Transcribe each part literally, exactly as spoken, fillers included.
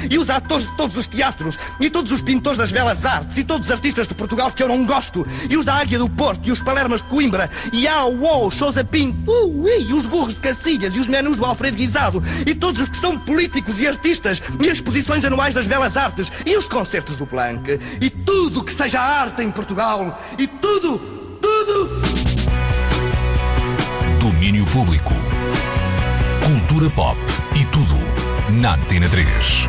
e os atores de todos os teatros, e todos os pintores das belas artes, e todos os artistas de Portugal que eu não gosto, e os da Águia do Porto, e os Palermas de Coimbra, e a Uou, Sousa Pinto, uh, e os burros de Cacilhas, e os menus do Alfredo Guisado, e todos os que são políticos e artistas, e as exposições anuais das belas artes, e os concertos do Planck, e tudo que seja arte em Portugal, e tudo, tudo... Domínio Público. Cultura pop e tudo na Antena três.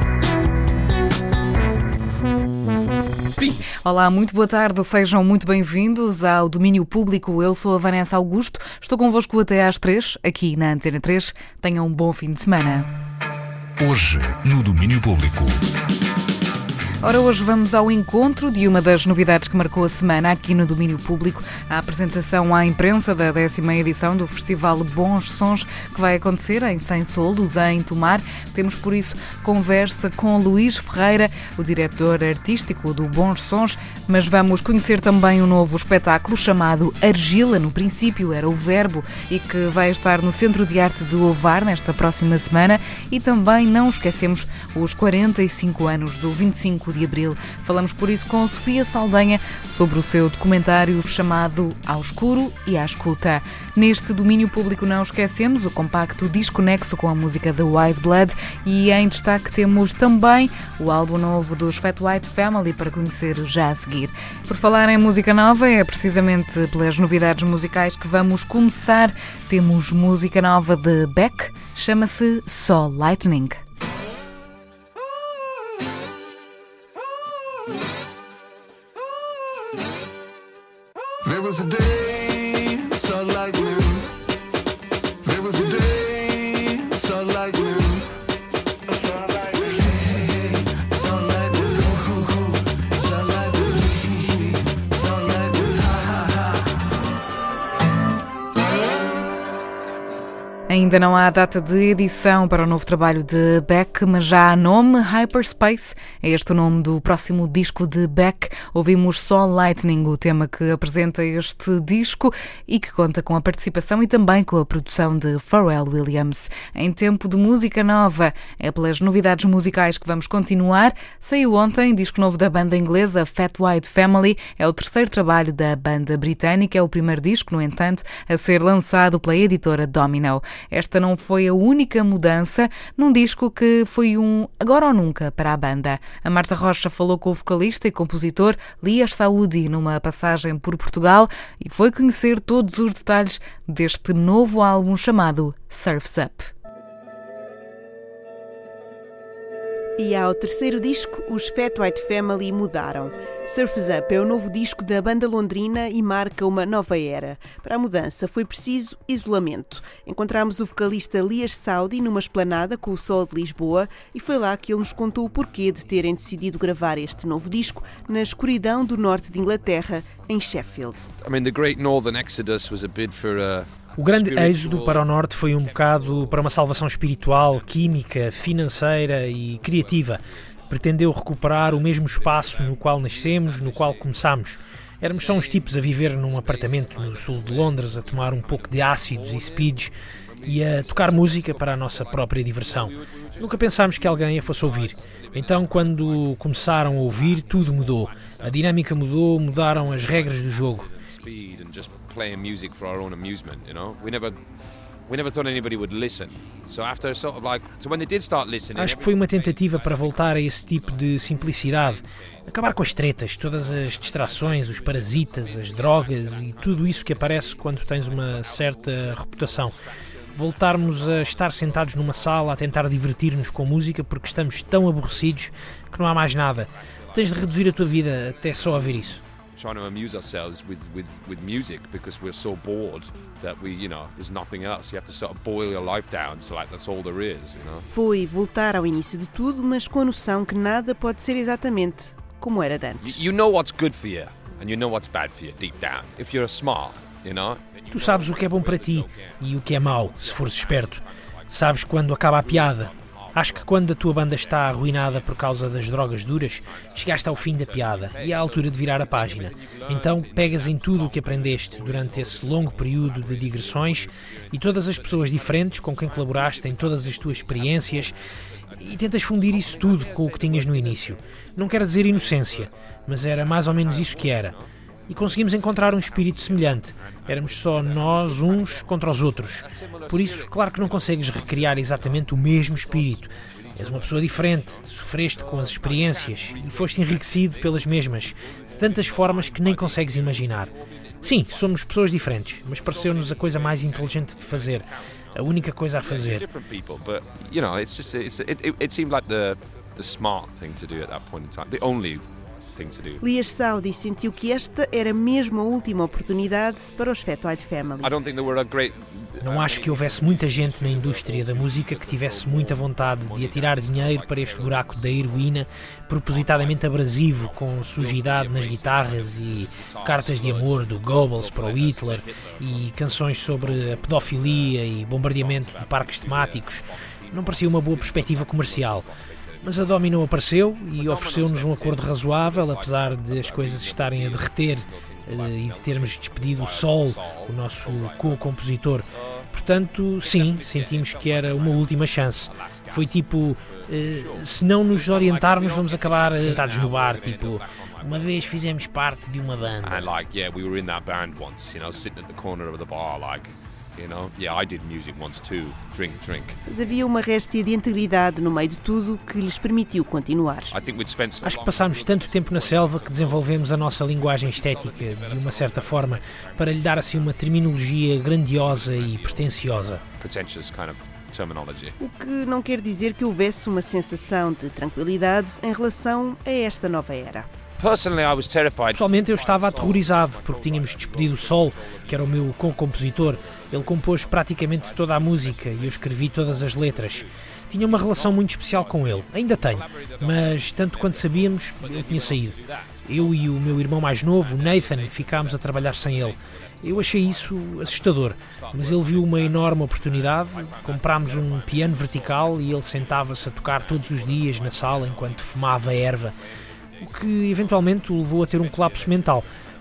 Olá, muito boa tarde, sejam muito bem-vindos ao Domínio Público. Eu sou a Vanessa Augusto, estou convosco até às três, aqui na Antena três. Tenham um bom fim de semana. Hoje, no Domínio Público. Ora, hoje vamos ao encontro de uma das novidades que marcou a semana aqui no Domínio Público, a apresentação à imprensa da décima edição do Festival Bons Sons, que vai acontecer em Sem Soldos, em Tomar. Temos, por isso, conversa com Luís Ferreira, o diretor artístico do Bons Sons, mas vamos conhecer também um novo espetáculo chamado Argila, no princípio era o verbo, e que vai estar no Centro de Arte de Ovar nesta próxima semana. E também não esquecemos os quarenta e cinco anos do vinte e cinco de Abril. Falamos por isso com Sofia Saldanha sobre o seu documentário chamado Ao Escuro e à Escuta. Neste Domínio Público não esquecemos o compacto Desconexo com a música The Wise Blood, e em destaque temos também o álbum novo dos Fat White Family para conhecer já a seguir. Por falar em música nova, é precisamente pelas novidades musicais que vamos começar. Temos música nova de Beck, chama-se Só Lightning. There was a day, saw lightning. There was a day, saw lightning. Saw lightning. Saw lightning. Saw lightning. Saw lightning. Ha ha ha. Ainda não há data de edição para o novo trabalho de Beck, mas já há nome. Hyperspace é este o nome do próximo disco de Beck. Ouvimos só Lightning, o tema que apresenta este disco e que conta com a participação e também com a produção de Pharrell Williams. Em tempo de música nova, é pelas novidades musicais que vamos continuar. Saiu ontem disco novo da banda inglesa Fat White Family. É o terceiro trabalho da banda britânica. É o primeiro disco, no entanto, a ser lançado pela editora Domino. Esta não foi a única mudança num disco que foi um agora ou nunca para a banda. A Marta Rocha falou com o vocalista e compositor Lias Saúdi numa passagem por Portugal e foi conhecer todos os detalhes deste novo álbum chamado Surf's Up. E ao terceiro disco, os Fat White Family mudaram. Surf's Up é o novo disco da banda londrina e marca uma nova era. Para a mudança foi preciso isolamento. Encontramos o vocalista Lias Saúdi numa esplanada com o sol de Lisboa e foi lá que ele nos contou o porquê de terem decidido gravar este novo disco na escuridão do norte de Inglaterra, em Sheffield. I mean, the Great Northern Exodus was a bid for a... O grande êxodo para o norte foi um bocado para uma salvação espiritual, química, financeira e criativa. Pretendeu recuperar o mesmo espaço no qual nascemos, no qual começámos. Éramos só uns tipos a viver num apartamento no sul de Londres, a tomar um pouco de ácidos e speeds e a tocar música para a nossa própria diversão. Nunca pensámos que alguém a fosse ouvir. Então, quando começaram a ouvir, tudo mudou. A dinâmica mudou, mudaram as regras do jogo. Playing music for our own amusement, you know. We never we never thought anybody would listen. So after sort of like so when they did start listening. Acho que foi uma tentativa para voltar a esse tipo de simplicidade, acabar com as tretas, todas as distrações, os parasitas, as drogas e tudo isso que aparece quando tens uma certa reputação. Voltarmos a estar sentados numa sala a tentar divertir-nos com música porque estamos tão aborrecidos que não há mais nada. Tens de reduzir a tua vida até só a ver isso. Trying to amuse ourselves with, with, with music because we're so bored that we, you know, there's nothing else. You have to sort of boil your life down, so like that's all there is, you know. Foi voltar ao início de tudo, mas com a noção que nada pode ser exatamente como era de antes. You, you know what's good for you and you know what's bad for you deep down. If you're smart, you know. Tu sabes o que é bom para ti e o que é mau, se fores esperto. Sabes quando acaba a piada. Acho que quando a tua banda está arruinada por causa das drogas duras, chegaste ao fim da piada e é a altura de virar a página. Então pegas em tudo o que aprendeste durante esse longo período de digressões e todas as pessoas diferentes com quem colaboraste em todas as tuas experiências e tentas fundir isso tudo com o que tinhas no início. Não quero dizer inocência, mas era mais ou menos isso que era. E conseguimos encontrar um espírito semelhante. Éramos só nós uns contra os outros. Por isso, claro que não consegues recriar exatamente o mesmo espírito. És uma pessoa diferente, sofreste com as experiências e foste enriquecido pelas mesmas, de tantas formas que nem consegues imaginar. Sim, somos pessoas diferentes, mas pareceu-nos a coisa mais inteligente de fazer, a única coisa a fazer. Different people, but you know, it's just it's it, it, it seemed like the the smart thing to do at that point in time, the only thing to do. Lias Saudi sentiu que esta era mesmo a última oportunidade para os Fat White Family. I don't think there were a great Não acho que houvesse muita gente na indústria da música que tivesse muita vontade de atirar dinheiro para este buraco da heroína, propositadamente abrasivo, com sujidade nas guitarras e cartas de amor do Goebbels para o Hitler e canções sobre a pedofilia e bombardeamento de parques temáticos. Não parecia uma boa perspectiva comercial. Mas a Domino apareceu e ofereceu-nos um acordo razoável, apesar de as coisas estarem a derreter e de termos despedido o Sol, o nosso co-compositor. Portanto, sim, sentimos que era uma última chance. Foi tipo, eh, se não nos orientarmos, vamos acabar sentados no bar, tipo, uma vez fizemos parte de uma banda. and like yeah, we were in that band once, you know, sitting at the corner of the bar, like, you know, yeah, I did music once too, drink, drink. Mas havia uma réstia de integridade no meio de tudo que lhes permitiu continuar. I think we'd spent Acho que passámos tanto tempo na selva que desenvolvemos a nossa linguagem estética, de uma certa forma, para lhe dar assim uma terminologia grandiosa e pretenciosa. pretentious kind of terminology. O que não quer dizer que houvesse uma sensação de tranquilidade em relação a esta nova era. Personally, I was terrified. Pessoalmente eu estava aterrorizado porque tínhamos despedido o Sol, que era o meu co-compositor. Ele compôs praticamente toda a música e eu escrevi todas as letras. Tinha uma relação muito especial com ele, ainda tenho, mas tanto quanto sabíamos, ele tinha saído. Eu e o meu irmão mais novo, Nathan, ficámos a trabalhar sem ele. Eu achei isso assustador, mas ele viu uma enorme oportunidade. Comprámos um piano vertical e ele sentava-se a tocar todos os dias na sala enquanto fumava erva, o que eventualmente o levou a ter um colapso mental,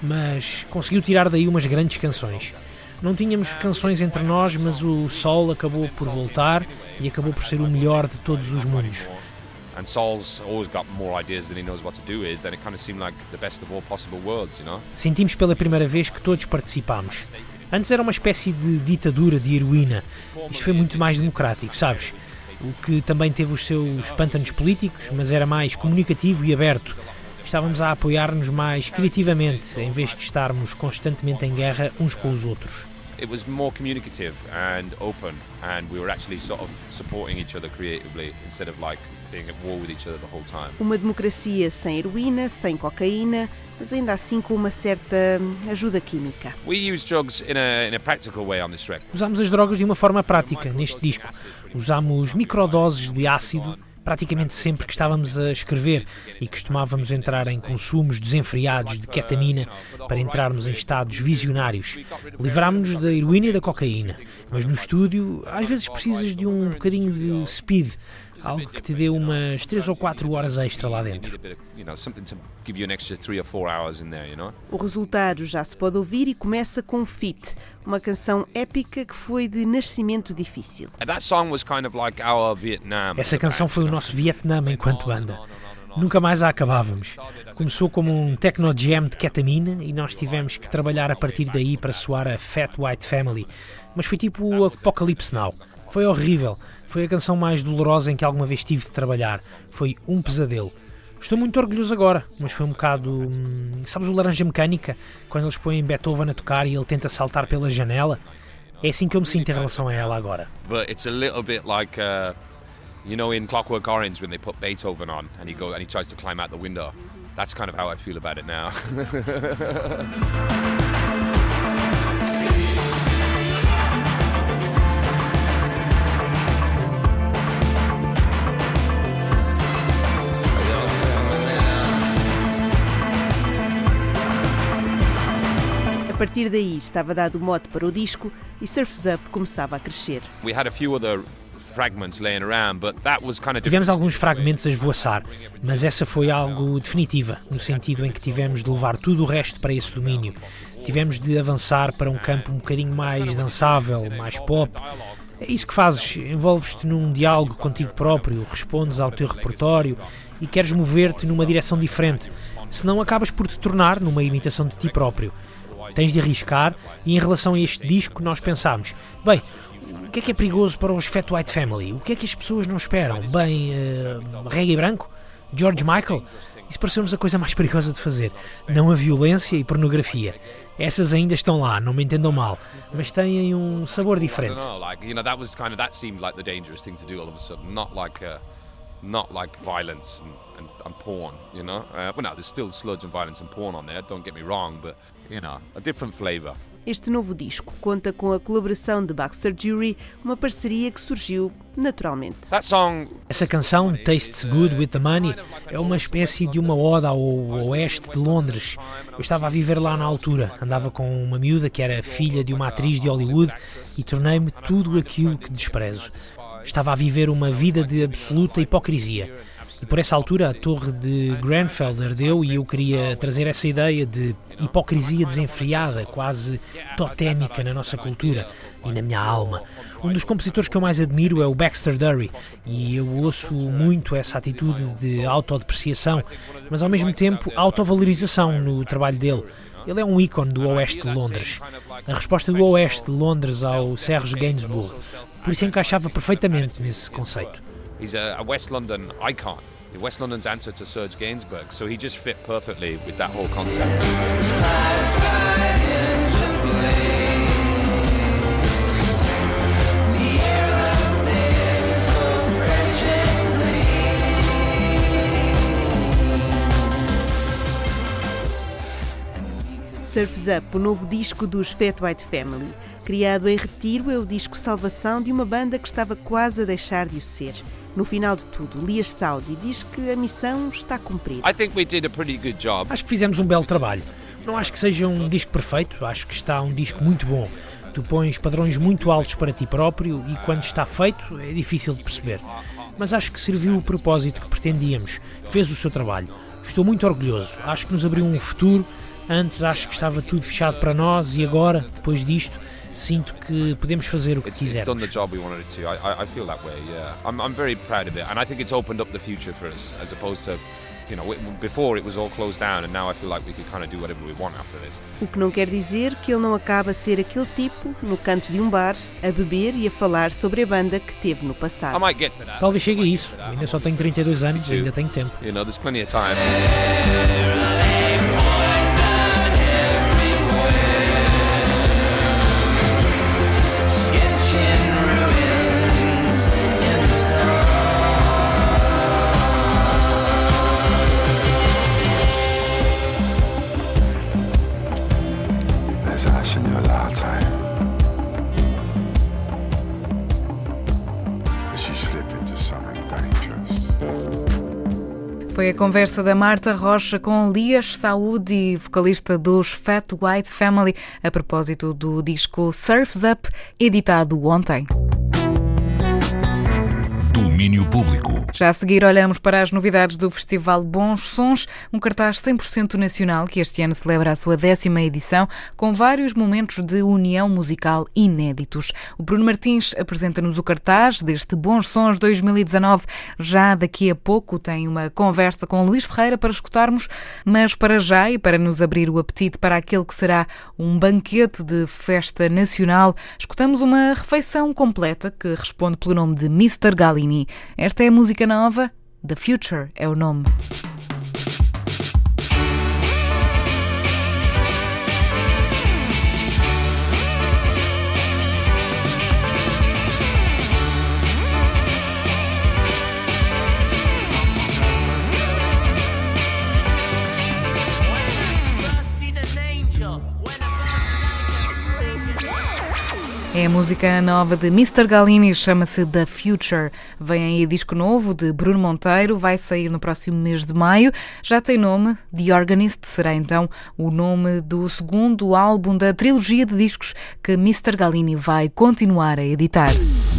mas conseguiu tirar daí umas grandes canções. Não tínhamos canções entre nós, mas o Sol acabou por voltar e acabou por ser o melhor de todos os mundos. And Saul's always got more ideas than he knows what to do with, and it kind of seemed like the best of all possible worlds, you know? Sentimos pela primeira vez que todos participámos. Antes era uma espécie de ditadura de heroína. Isto foi muito mais democrático, sabes? O que também teve os seus pântanos políticos, mas era mais comunicativo e aberto. Estávamos a apoiar-nos mais criativamente, em vez de estarmos constantemente em guerra uns com os outros. It was more communicative and open, and we were actually sort of supporting each other creatively instead of like being at war with each other the whole time. Uma democracia sem heroína, sem cocaína, mas ainda assim com uma certa ajuda química. We use drugs in a in a practical way on this record. Usámos as drogas de uma forma prática neste disco. Usámos microdoses de ácido praticamente sempre que estávamos a escrever e costumávamos entrar em consumos desenfreados de ketamina para entrarmos em estados visionários. Livrámos-nos da heroína e da cocaína, mas no estúdio às vezes precisas de um bocadinho de speed, algo que te dê umas três ou quatro horas extra lá dentro. You know, something to give you an extra three or four hours in there, you know? O resultado já se pode ouvir e começa com Fit, uma canção épica que foi de nascimento difícil. That song was kind of like our Vietnam. Essa canção foi o nosso Vietnã enquanto banda. Nunca mais a acabávamos. Começou como um techno jam de ketamina e nós tivemos que trabalhar a partir daí para soar a Fat White Family. Mas foi tipo o Apocalypse Now. Foi horrível. Foi a canção mais dolorosa em que alguma vez tive de trabalhar. Foi um pesadelo. Estou muito orgulhoso agora, mas foi um bocado... Hum, sabes o Laranja Mecânica? Quando eles põem Beethoven a tocar e ele tenta saltar pela janela? É assim que eu me sinto em relação a ela agora. But it's a little bit like, uh, you know, in Clockwork Orange when they put Beethoven on and he go and he tries to climb out the window. That's kind of how I feel about it now. A partir daí estava dado o mote para o disco e Surf's Up começava a crescer. We had a few other fragments laying around, but that was kind of Tivemos alguns fragmentos a esvoaçar, mas essa foi algo definitiva, no sentido em que tivemos de levar tudo o resto para esse domínio. Tivemos de avançar para um campo um bocadinho mais dançável, mais pop. É isso que fazes, envolves-te num diálogo contigo próprio, respondes ao teu repertório e queres mover-te numa direção diferente, senão acabas por te tornar numa imitação de ti próprio. Tens de arriscar e em relação a este disco nós pensámos, bem, o que é que é perigoso para os Fat White Family? O que é que as pessoas não esperam? Bem, uh, reggae branco? George Michael? Isso pareceu-nos a coisa mais perigosa de fazer. Não a violência e pornografia. Essas ainda estão lá, não me entendam mal, mas têm um sabor diferente. Not like violence and, and, and porn, you know. Uh, well, now there's still sludge and violence and porn on there. Don't get me wrong, but you know, a different flavour. Este novo disco conta com a colaboração de Baxter Dury, uma parceria que surgiu naturalmente. That song... Essa canção, Tastes Good With The Money, é uma espécie de uma oda ao oeste de Londres. Eu estava a viver lá na altura, andava com uma miúda que era filha de uma atriz de Hollywood e tornei-me tudo aquilo que desprezo. Estava a viver uma vida de absoluta hipocrisia. E por essa altura a torre de Grenfell ardeu e eu queria trazer essa ideia de hipocrisia desenfreada, quase totémica na nossa cultura e na minha alma. Um dos compositores que eu mais admiro é o Baxter Dury e eu ouço muito essa atitude de autodepreciação, mas ao mesmo tempo autovalorização no trabalho dele. Ele é um ícone do Oeste de Londres. A resposta do Oeste de Londres ao Serge Gainsbourg. Por isso encaixava perfeitamente nesse conceito. He's a, a West London icon. West London's answer to Serge Gainsbourg, so he just fit perfectly with that whole concept. Surf's Up, o novo disco dos Fat White Family. Criado em Retiro, é o disco salvação de uma banda que estava quase a deixar de o ser. No final de tudo, Lias Saudi diz que a missão está cumprida. I think we did a pretty good job. Acho que fizemos um belo trabalho. Não acho que seja um disco perfeito, acho que está um disco muito bom. Tu pões padrões muito altos para ti próprio e quando está feito é difícil de perceber. Mas acho que serviu o propósito que pretendíamos, fez o seu trabalho. Estou muito orgulhoso, acho que nos abriu um futuro. Antes acho que estava tudo fechado para nós e agora, depois disto, sinto que podemos fazer o que quisermos. It's done the job we wanted it to. I, I feel that way. Yeah, I'm, I'm very proud of it, and I think it's opened up the future for us, as opposed to, you know, before it was all closed down, and now I feel like we could kind of do whatever we want after this. O que não quer dizer que ele não acaba a ser aquele tipo no canto de um bar a beber e a falar sobre a banda que teve no passado. I might get to that. Talvez chegue a isso. Eu ainda só tenho trinta e dois anos, ainda tenho tempo. You know, there's plenty of time. Foi a conversa da Marta Rocha com Lias Saudi, vocalista dos Fat White Family, a propósito do disco Surf's Up, editado ontem. Domínio Público. Já a seguir olhamos para as novidades do Festival Bons Sons, um cartaz cem por cento nacional que este ano celebra a sua décima edição, com vários momentos de união musical inéditos. O Bruno Martins apresenta-nos o cartaz deste Bons Sons dois mil e dezanove. Já daqui a pouco tem uma conversa com Luís Ferreira para escutarmos, mas para já e para nos abrir o apetite para aquele que será um banquete de festa nacional, escutamos uma refeição completa que responde pelo nome de mister Galini. Esta é a música nova, The Future é o nome. É a música nova de mister Galini, chama-se The Future. Vem aí disco novo de Bruno Monteiro, vai sair no próximo mês de maio. Já tem nome, The Organist, será então o nome do segundo álbum da trilogia de discos que mister Galini vai continuar a editar.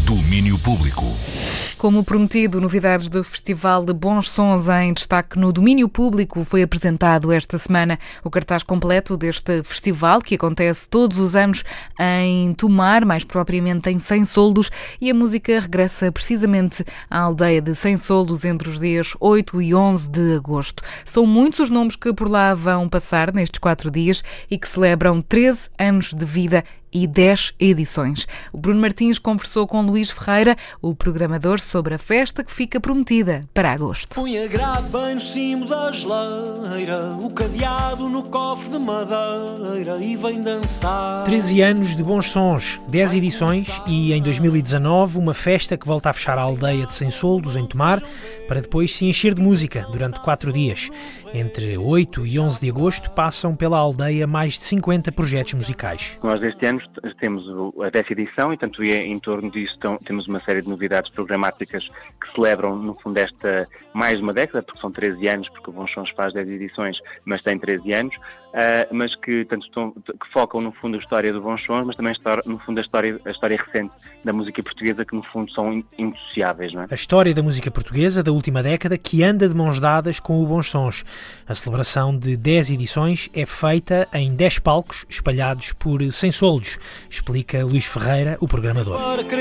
Domínio Público. Como prometido, novidades do Festival de Bons Sons em destaque no Domínio Público. Foi apresentado esta semana o cartaz completo deste festival, que acontece todos os anos em Tomar, mais propriamente em Sem Soldos, e a música regressa precisamente à aldeia de Sem Soldos entre os dias oito e onze de agosto. São muitos os nomes que por lá vão passar nestes quatro dias e que celebram treze anos de vida e dez edições. O Bruno Martins conversou com Luís Ferreira, o programador, sobre a festa que fica prometida para agosto. Põe a grade bem no cimo da geleira, o cadeado no cofre de madeira e vem dançar. treze anos de Bons Sons, dez edições e em dois mil e dezanove uma festa que volta a fechar a aldeia de Sem Soldos, em Tomar, para depois se encher de música durante quatro dias. Entre oito e onze de agosto passam pela aldeia mais de cinquenta projetos musicais. Nós este ano temos a décima edição e, tanto é, em torno disso então, temos uma série de novidades programáticas que celebram, no fundo, esta mais de uma década, porque são treze anos, porque o Bons Sons faz dez edições, mas tem treze anos, uh, mas que, tanto, estão, que focam, no fundo, a história do Bons Sons, mas também, no fundo, a história, a história recente da música portuguesa, que, no fundo, são indissociáveis, não é? A história da música portuguesa da última década que anda de mãos dadas com o Bons Sons. A celebração de dez edições é feita em dez palcos espalhados por Sem Soldos, explica Luís Ferreira, o programador.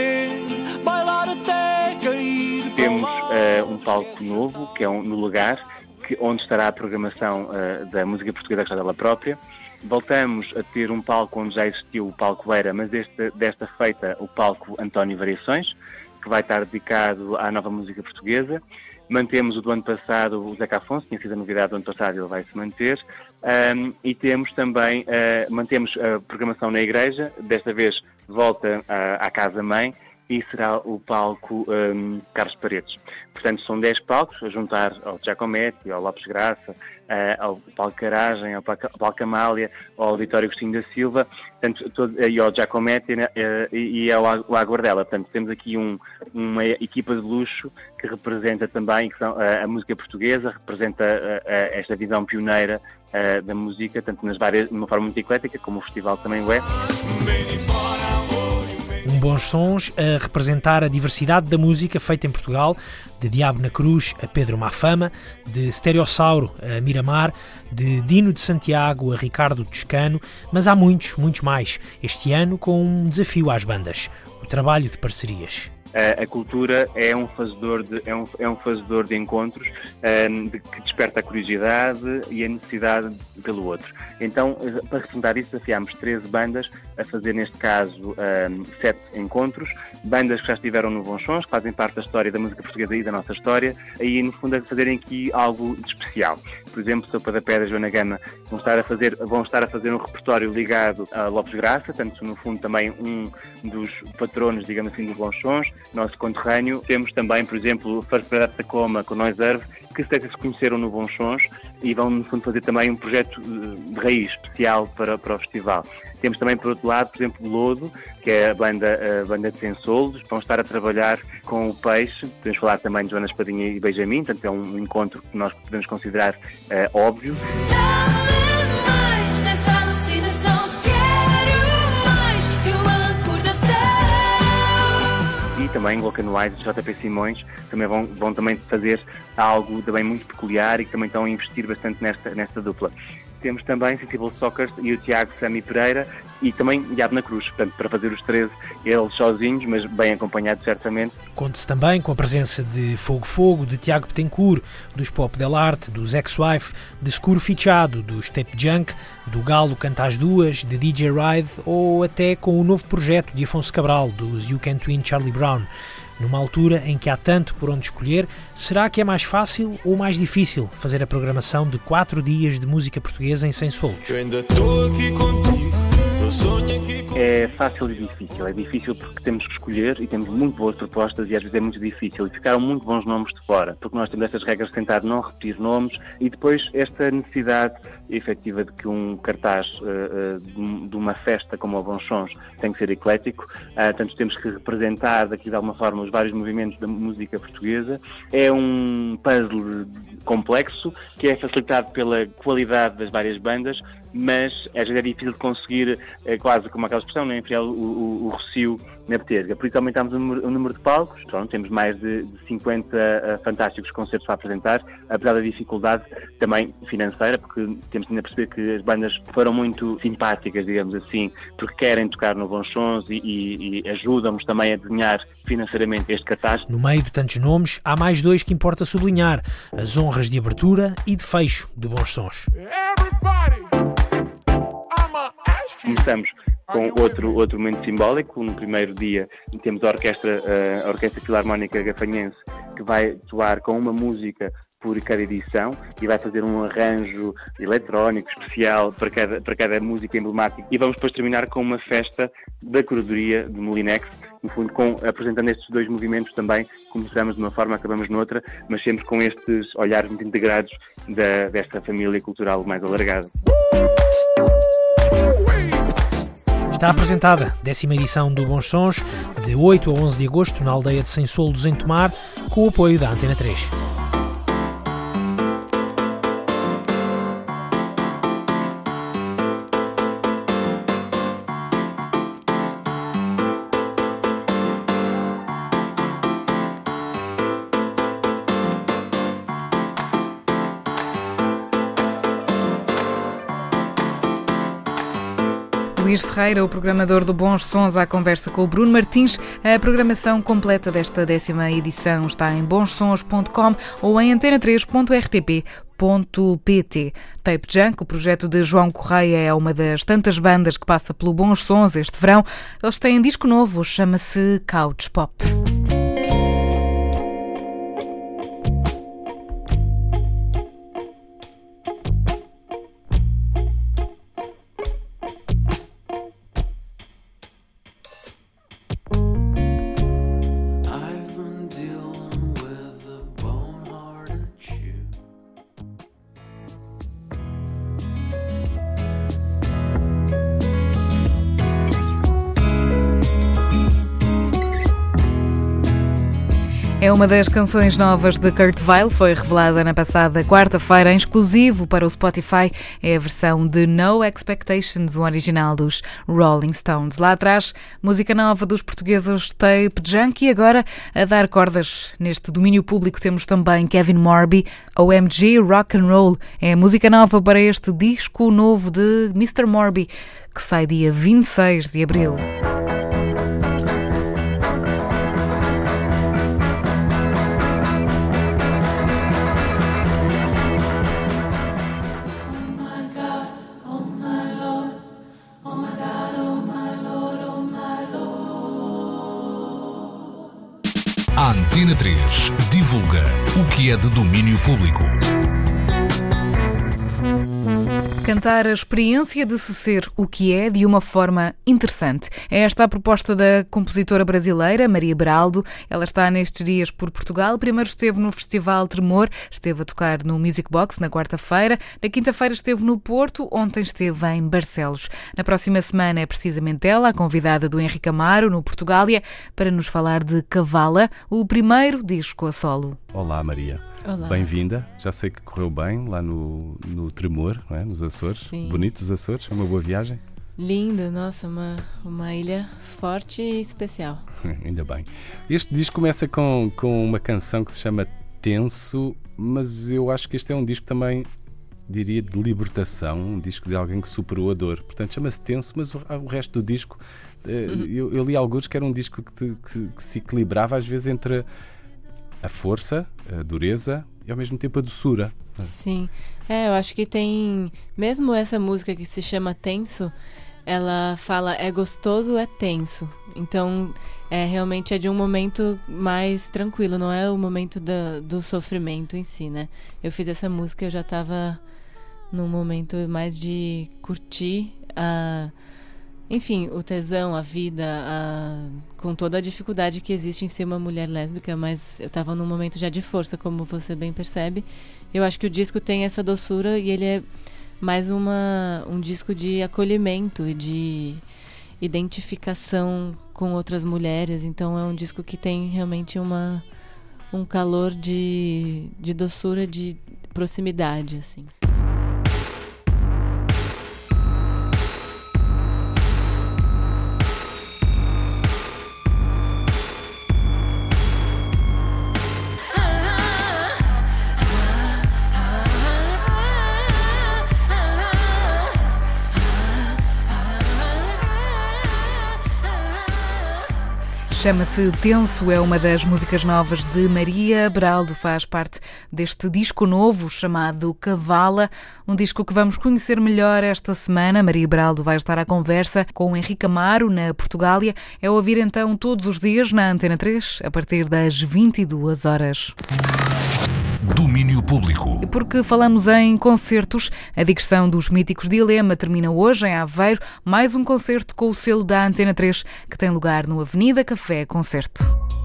Temos uh, um palco novo, que é um, no lugar, que, onde estará a programação uh, da música portuguesa que está dela própria. Voltamos a ter um palco onde já existiu o palco Beira, mas este, desta feita o palco António Variações, que vai estar dedicado à nova música portuguesa. Mantemos o do ano passado, o Zeca Afonso, tinha sido a novidade do ano passado, ele vai se manter. Um, e temos também, uh, mantemos a programação na igreja, desta vez volta uh, à Casa-Mãe, e será o palco um, Carlos Paredes. Portanto, são dez palcos, a juntar ao Giacometti, ao Lopes Graça, uh, ao Palco Garagem, ao Palco Amália, ao Auditório Agostinho da Silva, portanto, todo, e ao Giacometti uh, e ao Aguardela. Portanto, temos aqui um, uma equipa de luxo que representa também que são, uh, a música portuguesa, representa uh, uh, esta visão pioneira uh, da música, tanto nas várias, de uma forma muito eclética, como o festival também o é. Um Bons Sons a representar a diversidade da música feita em Portugal, de Diabo na Cruz a Pedro Mafama, de Stereossauro a Miramar, de Dino de Santiago a Ricardo Toscano, mas há muitos, muitos mais, este ano com um desafio às bandas, o trabalho de parcerias. A cultura é um fazedor de, é um, é um fazedor de encontros um, de, que desperta a curiosidade e a necessidade pelo outro. Então, para representar isso, desafiámos treze bandas a fazer, neste caso, um, sete encontros. Bandas que já estiveram no Bons Sons, que fazem parte da história da música portuguesa e da nossa história, e, no fundo, a fazerem aqui algo de especial. Por exemplo, Sopa da Pedra e Joana Gama vão estar, a fazer, vão estar a fazer um repertório ligado a Lopes Graça, tanto, no fundo, também um dos patronos, digamos assim, dos Bons Sons, nosso conterrâneo. Temos também, por exemplo, o First Breath of Tacoma com Noise Earth, que se conheceram no Bons Sons e vão, no fundo, fazer também um projeto de raiz especial para, para o festival. Temos também, por outro lado, por exemplo, Lodo, que é a banda, a banda de Sem Soldos, vão estar a trabalhar com o Peixe. Podemos falar também de Joana Espadinha e Benjamin, portanto é um encontro que nós podemos considerar uh, óbvio. E também Vulcan Wise e J P Simões também vão, vão também fazer algo também muito peculiar e que também estão a investir bastante nesta, nesta dupla. Temos também Sensible Soccer e o Tiago Sami Pereira e também Diabo na Cruz, portanto, para fazer os treze, eles sozinhos, mas bem acompanhados certamente. Conte-se também com a presença de Fogo Fogo, de Tiago Betancourt, dos Pop Del Arte, dos Ex-Wife, de Scuro Fichado, dos Tape Junk, do Galo Canta às Duas, de D J Ride ou até com o novo projeto de Afonso Cabral, dos You Can't Win Charlie Brown. Numa altura em que há tanto por onde escolher, será que é mais fácil ou mais difícil fazer a programação de quatro dias de música portuguesa em Sem Soldos? Eu ainda estou aqui contigo. É fácil e difícil. É difícil porque temos que escolher e temos muito boas propostas e às vezes é muito difícil. E ficaram muito bons nomes de fora, porque nós temos estas regras de tentar não repetir nomes e depois esta necessidade efetiva de que um cartaz uh, uh, de uma festa como o Bons Sons tem que ser eclético. Uh, portanto, temos que representar daqui de alguma forma os vários movimentos da música portuguesa. É um puzzle complexo que é facilitado pela qualidade das várias bandas, mas às vezes é difícil de conseguir, é, quase como aquela expressão, né, enfriar o, o, o rocio na peterga. Por isso aumentámos o número, o número de palcos. Pronto, temos mais de, de cinquenta uh, fantásticos concertos para apresentar, apesar da dificuldade também financeira, porque temos ainda a perceber que as bandas foram muito simpáticas, digamos assim, porque querem tocar no Bons Sons e, e, e ajudam-nos também a desenhar financeiramente este cartaz. No meio de tantos nomes, há mais dois que importa sublinhar: as honras de abertura e de fecho de Bons Sons. Começamos com outro, outro momento simbólico. No primeiro dia temos a Orquestra, a Orquestra Filarmónica Gafanhense, que vai atuar com uma música por cada edição e vai fazer um arranjo eletrónico especial para cada, para cada música emblemática. E vamos depois terminar com uma festa da curadoria do Molinex, no fundo, com, apresentando estes dois movimentos também. Começamos de uma forma, acabamos noutra, mas sempre com estes olhares muito integrados da, desta família cultural mais alargada. Está apresentada a décima edição do Bons Sons, de oito a onze de agosto, na aldeia de Sem-Soldos, em Tomar, com o apoio da Antena três. Luís Ferreira, o programador do Bons Sons, à conversa com o Bruno Martins. A programação completa desta décima edição está em bons sons ponto com ou em antena três ponto r t p ponto p t. Tape Junk, o projeto de João Correia, é uma das tantas bandas que passa pelo Bons Sons este verão. Eles têm disco novo, chama-se Couch Pop. É uma das canções novas de Kurt Weill, foi revelada na passada quarta-feira em exclusivo para o Spotify. É a versão de No Expectations, o original dos Rolling Stones. Lá atrás, música nova dos portugueses Tape Junk, e agora a dar cordas neste domínio público temos também Kevin Morby, O M G Rock and Roll. É a música nova para este disco novo de mister Morby, que sai dia vinte e seis de abril. A Antena três divulga o que é de domínio público. Cantar a experiência de se ser o que é de uma forma interessante. É esta a proposta da compositora brasileira Maria Beraldo. Ela está nestes dias por Portugal. Primeiro esteve no Festival Tremor, esteve a tocar no Music Box na quarta-feira. Na quinta-feira esteve no Porto, ontem esteve em Barcelos. Na próxima semana é precisamente ela, a convidada do Henrique Amaro, no Portugália, para nos falar de Cavala, o primeiro disco a solo. Olá, Maria. Olá. Bem-vinda. Já sei que correu bem lá no, no Tremor, não é? Nos Açores. Sim. Bonitos os Açores, foi uma boa viagem. Lindo, nossa, uma, uma ilha forte e especial. Ainda bem. Este disco começa com, com uma canção que se chama Tenso, mas eu acho que este é um disco também, diria, de libertação, um disco de alguém que superou a dor. Portanto, chama-se Tenso, mas o, o resto do disco, uhum. eu, eu li alguns que era um disco que, te, que, que se equilibrava às vezes entre a força, a dureza e ao mesmo tempo a doçura. Sim, é, eu acho que tem, mesmo essa música que se chama Tenso, ela fala é gostoso, é tenso. Então, é, realmente é de um momento mais tranquilo, não é o momento do, do sofrimento em si, né? Eu fiz essa música, eu já estava num momento mais de curtir a... Enfim, o tesão, a vida, a... com toda a dificuldade que existe em ser uma mulher lésbica, mas eu estava num momento já de força, como você bem percebe. Eu acho que o disco tem essa doçura e ele é mais uma, um disco de acolhimento e de identificação com outras mulheres. Então é um disco que tem realmente uma, um calor de, de doçura, de proximidade, assim. Chama-se Tenso, é uma das músicas novas de Maria Braldo, faz parte deste disco novo chamado Cavala, um disco que vamos conhecer melhor esta semana. Maria Braldo vai estar à conversa com o Henrique Amaro na Portugália. É ouvir então todos os dias na Antena três, a partir das vinte e duas horas. Domínio Público. E porque falamos em concertos, a digressão dos míticos Dilema termina hoje em Aveiro, mais um concerto com o selo da Antena três, que tem lugar no Avenida Café Concerto.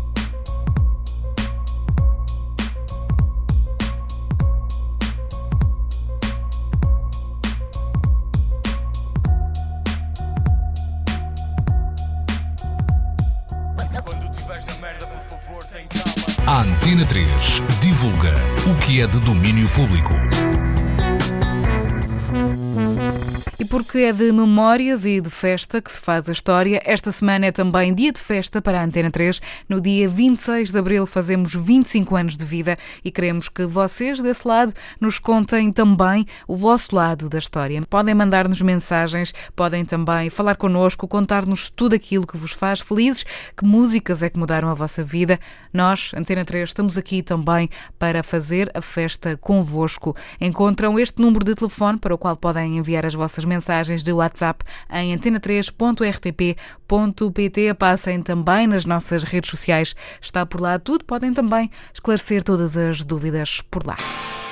A Antena três divulga o que é de domínio público. E porque é de memórias e de festa que se faz a história, esta semana é também dia de festa para a Antena três. No dia vinte e seis de abril fazemos vinte e cinco anos de vida e queremos que vocês, desse lado, nos contem também o vosso lado da história. Podem mandar-nos mensagens, podem também falar connosco, contar-nos tudo aquilo que vos faz felizes, que músicas é que mudaram a vossa vida. Nós, Antena três, estamos aqui também para fazer a festa convosco. Encontram este número de telefone para o qual podem enviar as vossas mensagens de WhatsApp em antena três ponto r t p ponto p t. Passem também nas nossas redes sociais. Está por lá tudo. Podem também esclarecer todas as dúvidas por lá.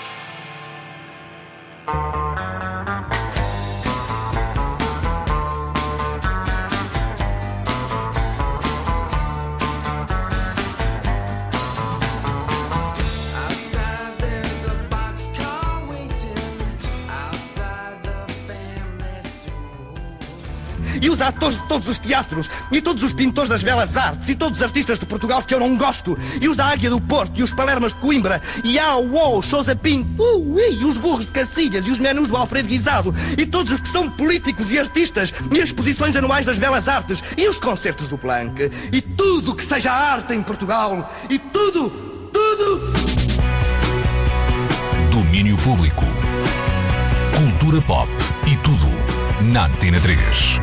E os atores de todos os teatros, e todos os pintores das belas artes, e todos os artistas de Portugal que eu não gosto, e os da Águia do Porto, e os Palermas de Coimbra, e a Uou, Sousa Pinto, uh, e os burros de Cacilhas, e os menus do Alfredo Guisado, e todos os que são políticos e artistas, e as exposições anuais das belas artes, e os concertos do Planck, e tudo que seja arte em Portugal, e tudo, tudo... Domínio Público. Cultura pop e tudo na Antena três.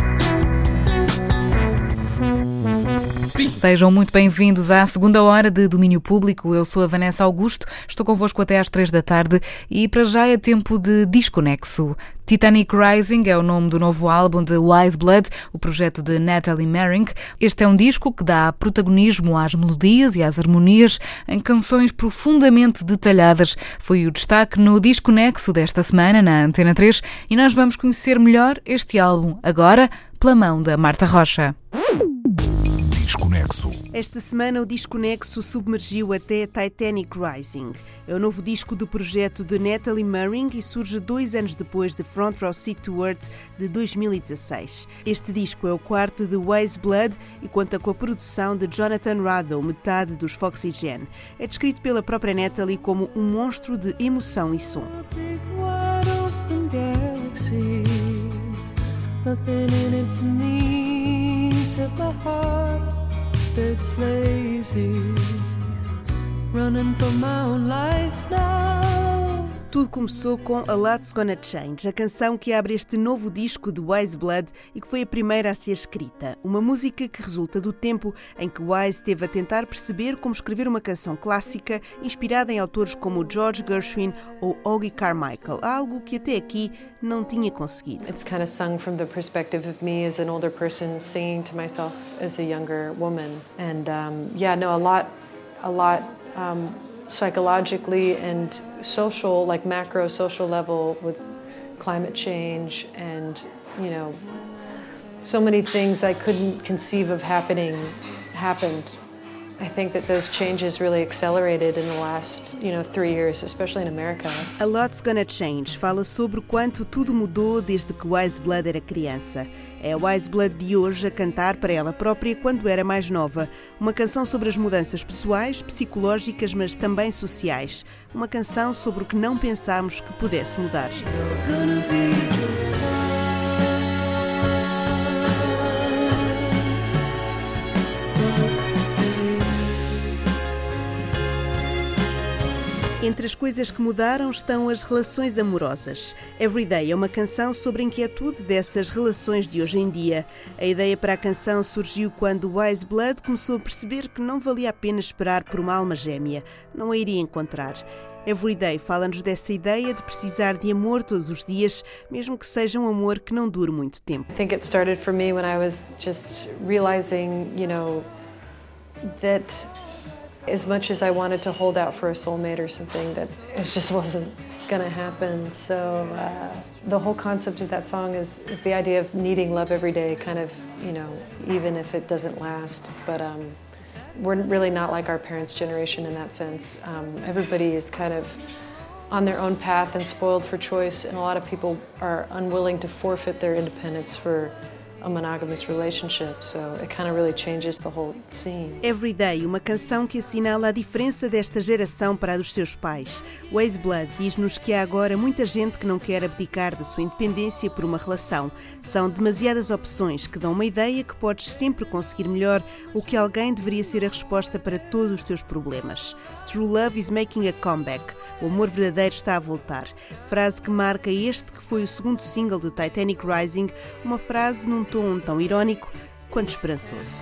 Sejam muito bem-vindos à segunda hora de Domínio Público. Eu sou a Vanessa Augusto, estou convosco até às três da tarde e para já é tempo de Desconexo. Titanic Rising é o nome do novo álbum de Wise Blood, o projeto de Natalie Merring. Este é um disco que dá protagonismo às melodias e às harmonias em canções profundamente detalhadas. Foi o destaque no Desconexo desta semana na Antena três e nós vamos conhecer melhor este álbum agora pela mão da Marta Rocha. Desconexo. Esta semana o Desconexo submergiu até Titanic Rising. É o novo disco do projeto de Natalie Merring e surge dois anos depois de Front Row Seat to Earth de dois mil e dezasseis. Este disco é o quarto de Wise Blood e conta com a produção de Jonathan Rado, metade dos Foxy Gen. É descrito pela própria Natalie como um monstro de emoção e som. It's lazy, running for my own life now. Tudo começou com A Lot's Gonna Change, a canção que abre este novo disco de Wise Blood e que foi a primeira a ser escrita. Uma música que resulta do tempo em que Wise esteve a tentar perceber como escrever uma canção clássica inspirada em autores como George Gershwin ou Augie Carmichael, algo que até aqui não tinha conseguido. It's kind of sung from the perspective of me as an older person singing to myself as a younger woman. And um, yeah, no, a lot, a lot um, psychologically and social, like macro social level with climate change and, you know, so many things I couldn't conceive of happening happened. I think that those changes really accelerated in the last, you know, three years, especially in America. A Lot's Gonna Change fala sobre o quanto tudo mudou desde que Wise Blood era criança. É a Wise Blood de hoje a cantar para ela própria quando era mais nova. Uma canção sobre as mudanças pessoais, psicológicas, mas também sociais. Uma canção sobre o que não pensámos que pudesse mudar. Entre as coisas que mudaram estão as relações amorosas. Everyday é uma canção sobre a inquietude dessas relações de hoje em dia. A ideia para a canção surgiu quando Wise Blood começou a perceber que não valia a pena esperar por uma alma gêmea. Não a iria encontrar. Everyday fala-nos dessa ideia de precisar de amor todos os dias, mesmo que seja um amor que não dure muito tempo. I think it started for me when I was just realizing, you know, that as much as I wanted to hold out for a soulmate or something, that it just wasn't going to happen. So uh, the whole concept of that song is, is the idea of needing love every day, kind of, you know, even if it doesn't last. But um, we're really not like our parents' generation in that sense. Um, everybody is kind of on their own path and spoiled for choice, and a lot of people are unwilling to forfeit their independence for a monogamous relationship, so it kind of really changes the whole scene. Everyday, uma canção que assinala a diferença desta geração para a dos seus pais. Wise Blood diz-nos que há agora muita gente que não quer abdicar da sua independência por uma relação. São demasiadas opções que dão uma ideia que podes sempre conseguir melhor ou que alguém deveria ser a resposta para todos os teus problemas. True love is making a comeback. O amor verdadeiro está a voltar. Frase que marca este que foi o segundo single de Titanic Rising, uma frase num tom tão irónico quanto esperançoso.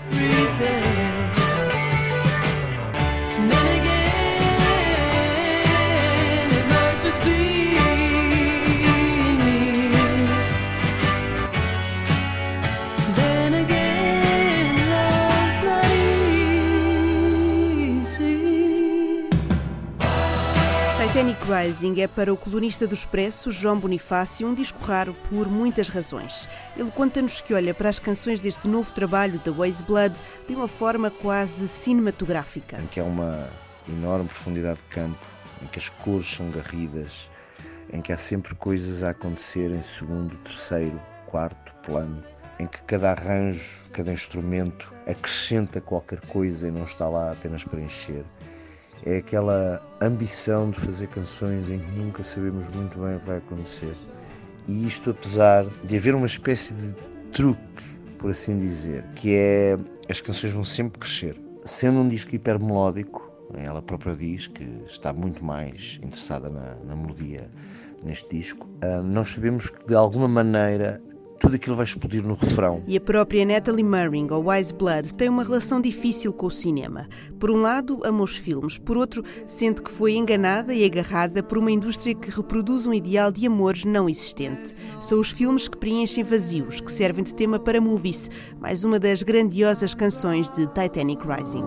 Titanic Rising é para o colunista do Expresso, João Bonifácio, um disco raro por muitas razões. Ele conta-nos que olha para as canções deste novo trabalho da Wise Blood de uma forma quase cinematográfica. Em que há uma enorme profundidade de campo, em que as cores são garridas, em que há sempre coisas a acontecer em segundo, terceiro, quarto plano, em que cada arranjo, cada instrumento acrescenta qualquer coisa e não está lá apenas para encher. É aquela ambição de fazer canções em que nunca sabemos muito bem o que vai acontecer. E isto apesar de haver uma espécie de truque, por assim dizer, que é as canções vão sempre crescer. Sendo um disco hipermelódico, ela própria diz que está muito mais interessada na, na melodia neste disco, nós sabemos que de alguma maneira tudo aquilo vai explodir no refrão. E a própria Natalie Merring, ou Wise Blood, tem uma relação difícil com o cinema. Por um lado, ama os filmes. Por outro, sente que foi enganada e agarrada por uma indústria que reproduz um ideal de amor não existente. São os filmes que preenchem vazios, que servem de tema para Movies, mais uma das grandiosas canções de Titanic Rising.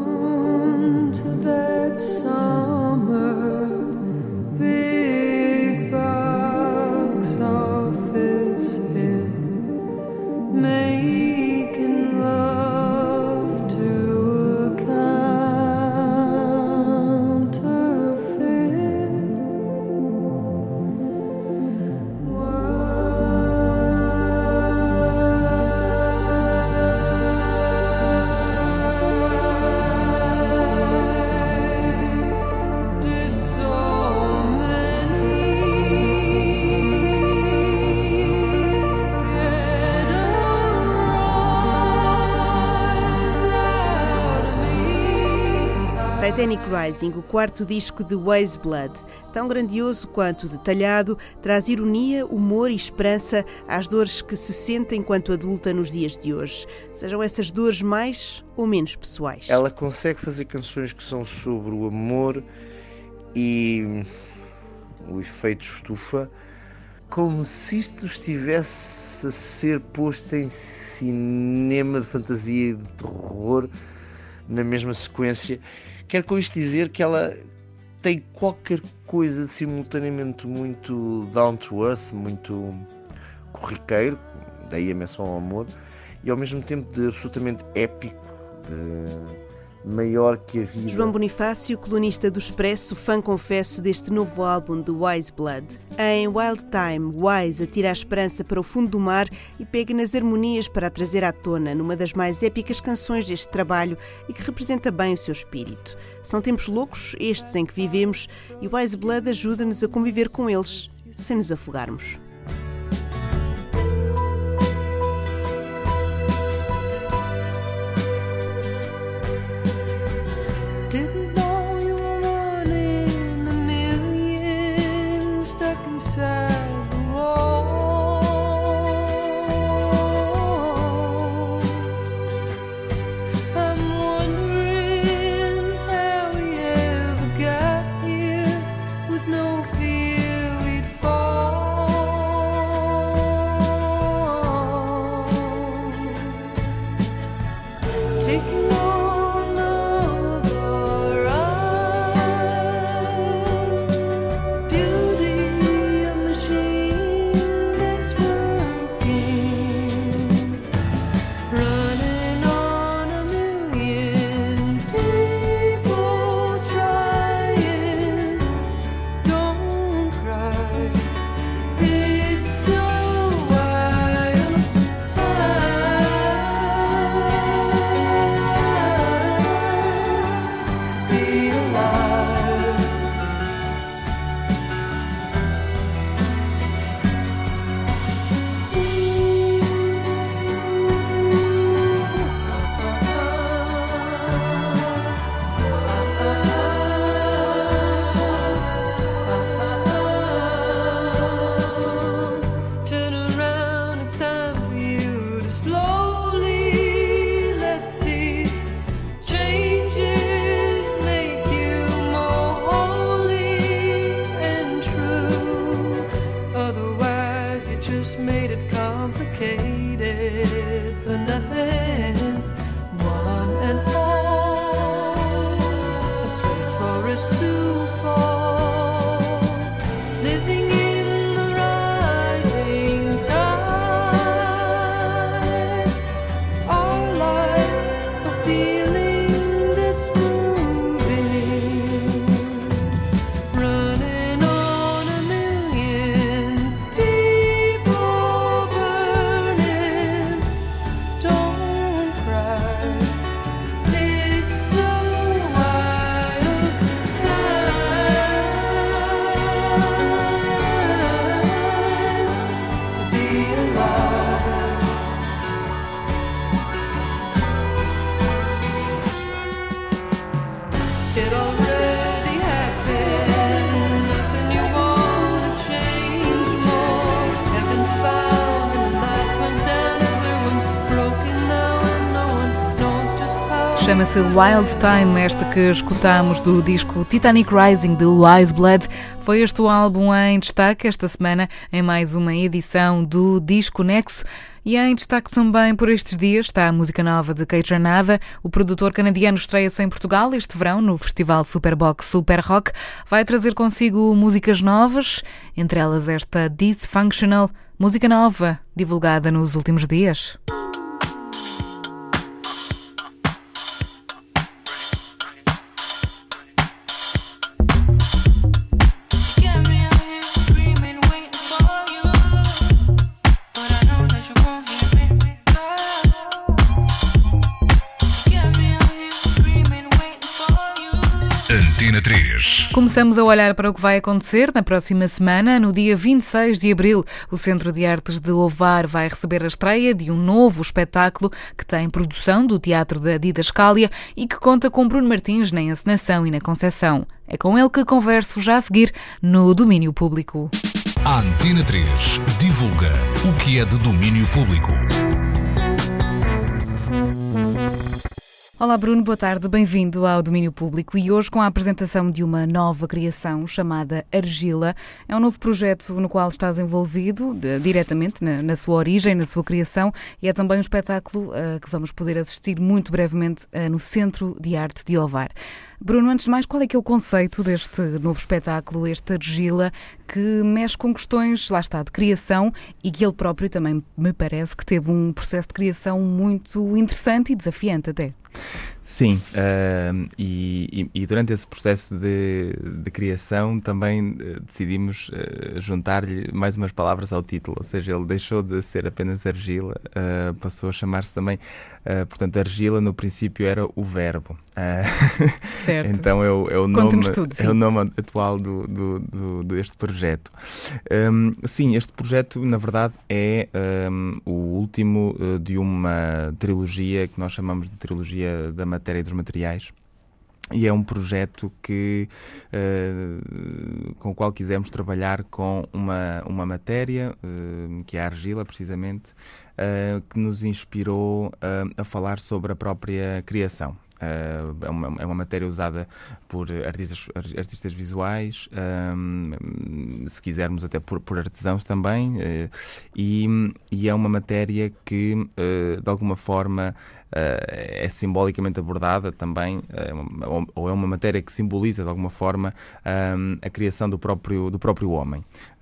Making love to a counterfeit Why did so Titanic Rising, o quarto disco de Wise Blood. Tão grandioso quanto detalhado, traz ironia, humor e esperança às dores que se sente enquanto adulta nos dias de hoje. Sejam essas dores mais ou menos pessoais. Ela consegue fazer canções que são sobre o amor e o efeito estufa, como se isto estivesse a ser posto em cinema de fantasia e de terror na mesma sequência. Quero com isto dizer que ela tem qualquer coisa de simultaneamente muito down to earth, muito corriqueiro, daí a menção ao amor, e ao mesmo tempo de absolutamente épico, de maior que a vida. João Bonifácio, colunista do Expresso, fã confesso deste novo álbum de Wise Blood. Em Wild Time, Wise atira a esperança para o fundo do mar e pega nas harmonias para a trazer à tona numa das mais épicas canções deste trabalho e que representa bem o seu espírito. São tempos loucos, estes em que vivemos, e Wise Blood ajuda-nos a conviver com eles, sem nos afogarmos. Didn't know you were one in a million. Chama-se Wild Time, esta que escutamos do disco Titanic Rising de Wise Blood. Foi este o álbum em destaque esta semana em mais uma edição do Disco Nexo. E em destaque também por estes dias está a música nova de Kate Ranada. O produtor canadiano estreia-se em Portugal este verão no Festival Superbox Super Rock. Vai trazer consigo músicas novas, entre elas esta Dysfunctional, música nova divulgada nos últimos dias. Antena três. Começamos a olhar para o que vai acontecer na próxima semana. No dia vinte e seis de abril, o Centro de Artes de Ovar vai receber a estreia de um novo espetáculo que tem produção do Teatro da Didascália e que conta com Bruno Martins na encenação e na concepção. É com ele que converso já a seguir no Domínio Público. A Antena três divulga o que é de domínio público. Olá Bruno, boa tarde, bem-vindo ao Domínio Público e hoje com a apresentação de uma nova criação chamada Argila. É um novo projeto no qual estás envolvido de, diretamente na, na sua origem, na sua criação, e é também um espetáculo uh, que vamos poder assistir muito brevemente uh, no Centro de Arte de Ovar. Bruno, antes de mais, qual é que é o conceito deste novo espetáculo, este Argila, que mexe com questões, lá está, de criação e que ele próprio também me parece que teve um processo de criação muito interessante e desafiante até? Sim, uh, e, e durante esse processo de, de criação também uh, decidimos uh, juntar-lhe mais umas palavras ao título, ou seja, ele deixou de ser apenas argila, uh, passou a chamar-se também, uh, portanto, argila no princípio era o verbo. Uh, certo. Então é o, é o nome, tudo, é o nome atual do, do, do, deste projeto. Um, sim, este projeto, na verdade, é um, o último uh, de uma trilogia que nós chamamos de trilogia da matéria e dos materiais. E é um projeto que, uh, com o qual quisemos trabalhar com uma, uma matéria, uh, que é a argila, precisamente, uh, que nos inspirou uh, a falar sobre a própria criação. Uh, é, uma, é uma matéria usada por artistas, artistas visuais, um, se quisermos até por, por artesãos também, uh, e, e é uma matéria que, uh, de alguma forma, Uh, é simbolicamente abordada também, uh, ou, ou é uma matéria que simboliza de alguma forma um, a criação do próprio, do próprio homem.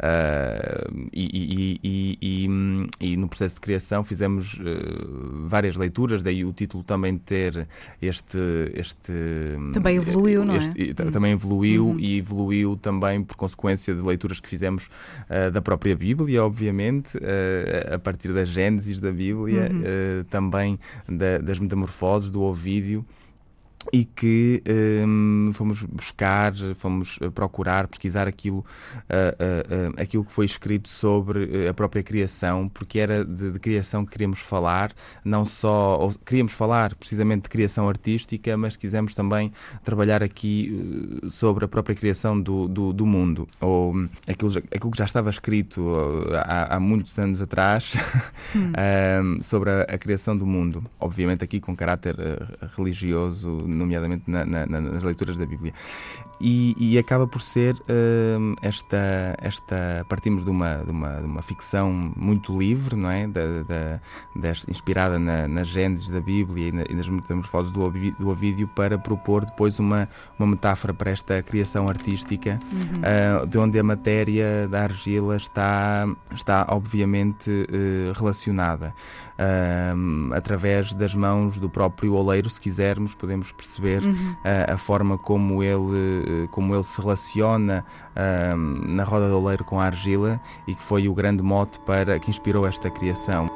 Uh, e, e, e, e, e no processo de criação fizemos uh, várias leituras, daí o título também ter este... este também evoluiu, não é? Este, também evoluiu uhum. E evoluiu também por consequência de leituras que fizemos uh, da própria Bíblia, obviamente, uh, a partir da Gênesis da Bíblia, uhum. uh, também da das metamorfoses do Ovídio, e que um, fomos buscar, fomos procurar, pesquisar aquilo, uh, uh, uh, aquilo que foi escrito sobre a própria criação, porque era de, de criação que queríamos falar, não só, ou, queríamos falar precisamente de criação artística, mas quisemos também trabalhar aqui uh, sobre a própria criação do, do, do mundo, ou um, aquilo, aquilo que já estava escrito uh, há, há muitos anos atrás, hum. um, sobre a, a criação do mundo, obviamente aqui com caráter uh, religioso, nomeadamente na, na, nas leituras da Bíblia. E, e acaba por ser uh, esta, esta... Partimos de uma, de, uma, de uma ficção muito livre, não é? Da, da, desta, inspirada na, na Gênesis da Bíblia e, na, e nas metamorfoses do, do Ovídio, para propor depois uma, uma metáfora para esta criação artística, uhum. uh, de onde a matéria da argila está, está obviamente uh, relacionada. Uh, através das mãos do próprio oleiro, se quisermos, podemos perceber uhum. uh, a forma como ele, como ele se relaciona uh, na roda do oleiro com a argila, e que foi o grande mote para, que inspirou esta criação.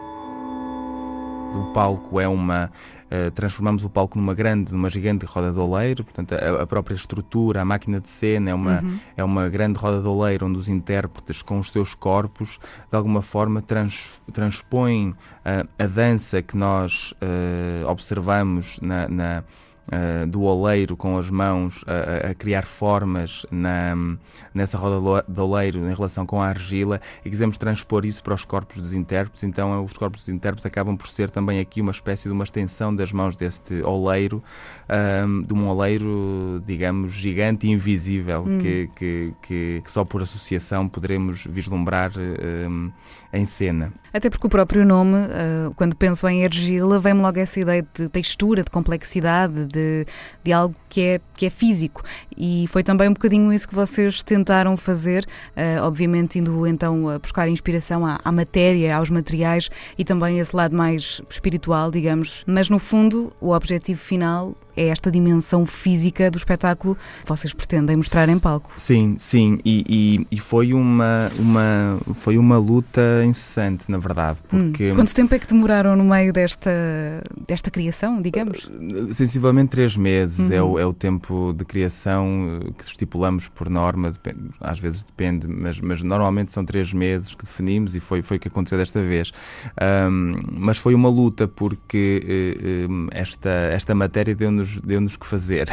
O palco é uma... Uh, transformamos o palco numa grande, numa gigante roda de oleiro, portanto a, a própria estrutura, a máquina de cena é uma, uhum. é uma grande roda de oleiro onde os intérpretes, com os seus corpos, de alguma forma trans, transpõem uh, a dança que nós uh, observamos na, na uh, do oleiro com as mãos a, a criar formas na, nessa roda do oleiro em relação com a argila, e quisemos transpor isso para os corpos dos intérpretes. Então os corpos dos intérpretes acabam por ser também aqui uma espécie de uma extensão das mãos deste oleiro, um, de um oleiro, digamos, gigante e invisível, hum. que, que, que, que só por associação poderemos vislumbrar um, em cena. Até porque o próprio nome, uh, quando penso em argila, vem-me logo essa ideia de textura, de complexidade, de, de algo que é, que é físico. E foi também um bocadinho isso que vocês tentaram fazer, uh, obviamente indo então a buscar inspiração à, à matéria, aos materiais e também esse lado mais espiritual, digamos. Mas no fundo, o objetivo final é esta dimensão física do espetáculo que vocês pretendem mostrar em palco. Sim, sim, e, e, e foi, uma, uma, foi uma luta incessante, na verdade, porque... Hum. Quanto tempo é que demoraram no meio desta, desta criação, digamos? Sensivelmente três meses, Uhum. é, o, é o tempo de criação que estipulamos por norma, depende, às vezes depende, mas, mas normalmente são três meses que definimos, e foi, foi o que aconteceu desta vez. Um, mas foi uma luta, porque um, esta, esta matéria deu-nos deu-nos que fazer,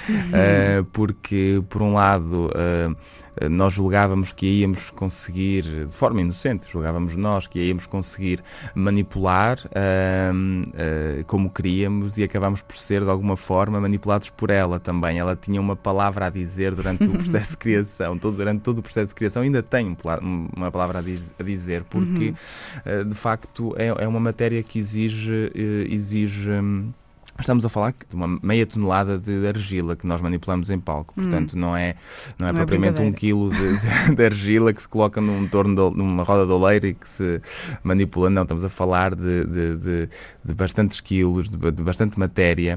uh, porque por um lado uh, nós julgávamos que íamos conseguir, de forma inocente, julgávamos nós que íamos conseguir manipular uh, uh, como queríamos, e acabámos por ser de alguma forma manipulados por ela também. Ela tinha uma palavra a dizer durante o processo de criação, todo, durante todo o processo de criação ainda tem uma palavra a, diz, a dizer, porque uh, de facto é, é uma matéria que exige, uh, exige um, estamos a falar de uma meia tonelada de argila que nós manipulamos em palco, portanto hum. não é, não é não propriamente é um quilo de, de, de argila que se coloca num torno de, numa roda de oleiro e que se manipula, não, estamos a falar de, de, de, de bastantes quilos, de, de bastante matéria,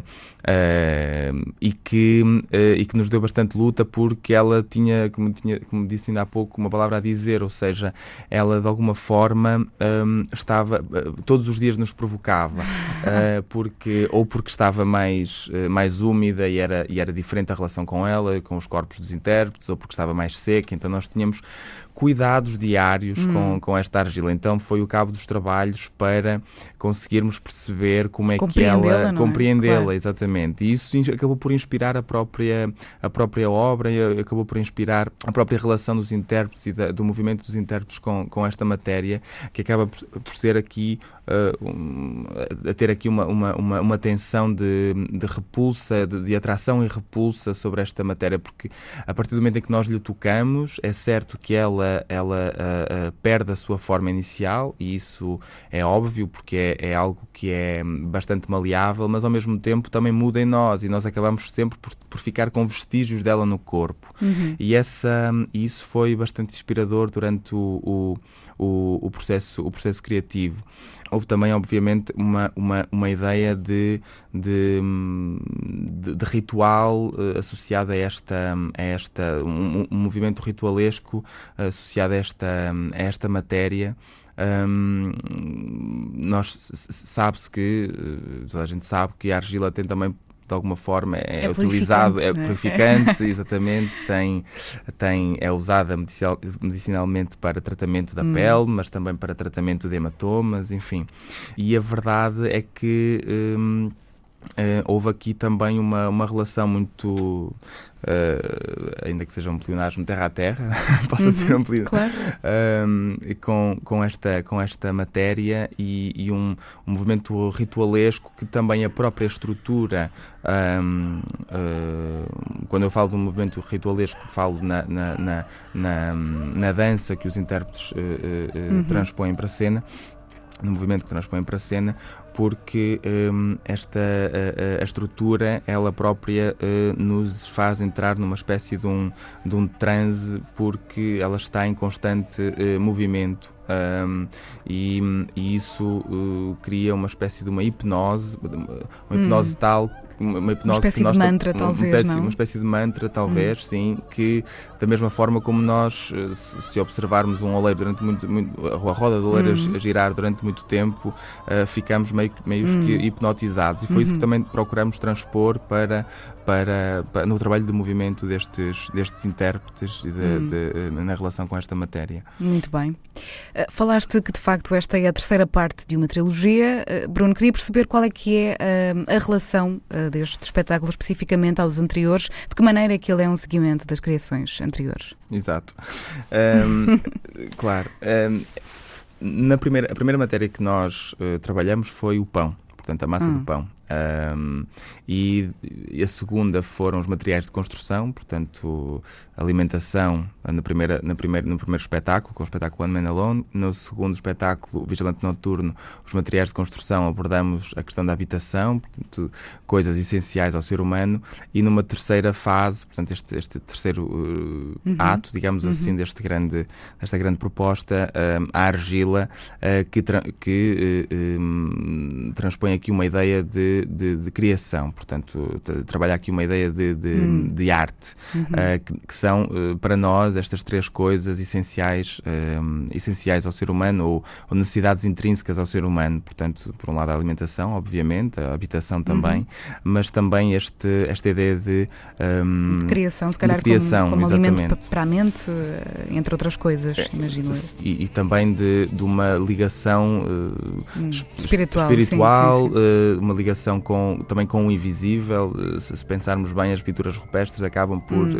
uh, e, que, uh, e que nos deu bastante luta, porque ela tinha, como, tinha, como disse ainda há pouco, uma palavra a dizer, ou seja, ela de alguma forma um, estava, uh, todos os dias nos provocava, uh, porque, ou porque estava mais, mais úmida e era, e era diferente a relação com ela, com os corpos dos intérpretes, ou porque estava mais seca. Então nós tínhamos cuidados diários hum. com, com esta argila. Então foi o cabo dos trabalhos para conseguirmos perceber como é que ela... Compreendê-la, claro. Exatamente. E isso acabou por inspirar a própria, a própria obra, e acabou por inspirar a própria relação dos intérpretes e da, do movimento dos intérpretes com, com esta matéria, que acaba por, por ser aqui, uh, um, a ter aqui uma, uma, uma, uma tensão de, de repulsa, de, de atração e repulsa sobre esta matéria, porque a partir do momento em que nós lhe tocamos, é certo que ela ela uh, uh, perde a sua forma inicial, e isso é óbvio, porque é, é algo que é bastante maleável, mas ao mesmo tempo também muda em nós, e nós acabamos sempre por, por ficar com vestígios dela no corpo. Uhum. E essa, isso foi bastante inspirador durante o, o, o, o, processo, o processo criativo. Houve também, obviamente, uma, uma, uma ideia de, de, de, de ritual uh, associado a esta, a esta um, um movimento ritualesco uh, associado a esta, a esta matéria. Um, nós sabe-se que, toda a gente sabe que a argila tem também, de alguma forma, é, é utilizado, é purificante, é? Exatamente, tem, tem, é usada medicinal, medicinalmente para tratamento da hum. pele, mas também para tratamento de hematomas, enfim. E a verdade é que hum, Uh, houve aqui também uma, uma relação muito, uh, ainda que seja um pleonasmo terra a terra, possa uhum, ser um pleonasmo, claro. um, com, com, esta, com esta matéria, e, e um, um movimento ritualesco que também a própria estrutura, um, uh, quando eu falo de um movimento ritualesco, falo na, na, na, na, na dança que os intérpretes uh, uh, uhum. transpõem para a cena, no movimento que transpõem para a cena, porque um, esta a, a estrutura, ela própria, uh, nos faz entrar numa espécie de um, de um transe, porque ela está em constante uh, movimento. Um, e, e isso uh, cria uma espécie de uma hipnose, uma hipnose hum. tal, uma hipnose, uma espécie que nós de mantra, uma, talvez, uma espécie, não? Uma espécie de mantra, talvez, hum. sim, que da mesma forma como nós, se, se observarmos um oleiro durante muito, muito, a roda do oleiro hum. a girar durante muito tempo, uh, ficamos meio, meio hum. que hipnotizados, e foi hum. isso que também procuramos transpor para, para, para, no trabalho de movimento destes, destes intérpretes e de, Hum. de, na relação com esta matéria. Muito bem. Uh, falaste que de facto esta é a terceira parte de uma trilogia. Uh, Bruno, queria perceber qual é que é uh, a relação uh, deste espetáculo especificamente aos anteriores, de que maneira é que ele é um seguimento das criações anteriores. Exato. Um, claro. Um, na primeira, a primeira matéria que nós uh, trabalhamos foi o pão, portanto a massa Hum. do pão. Um, e, e a segunda foram os materiais de construção, portanto alimentação na primeira, na primeira, no primeiro espetáculo, com o espetáculo One Man Alone. No segundo espetáculo, Vigilante Noturno, os materiais de construção, abordamos a questão da habitação, portanto, coisas essenciais ao ser humano. E numa terceira fase, portanto este, este terceiro uh, Uhum. ato, digamos Uhum. assim, deste grande, desta grande proposta, um, a argila, uh, que, tra que uh, um, transpõe aqui uma ideia de De, de criação, portanto, trabalha aqui uma ideia de, de, Hum. de arte, Uhum. uh, que, que são, uh, para nós, estas três coisas essenciais, um, essenciais ao ser humano, ou, ou necessidades intrínsecas ao ser humano. Portanto, por um lado, a alimentação, obviamente, a habitação também, Uhum. mas também este, esta ideia de, um, De criação, se calhar de criação, como, como alimento exatamente. pa- para a mente, uh, entre outras coisas, imagino eu. E, e também de, de uma ligação uh, Hum, es- espiritual, espiritual, sim, sim, sim. uh, uma ligação com, também com o invisível. Uh, se, se pensarmos bem, as pinturas rupestres acabam por Hum.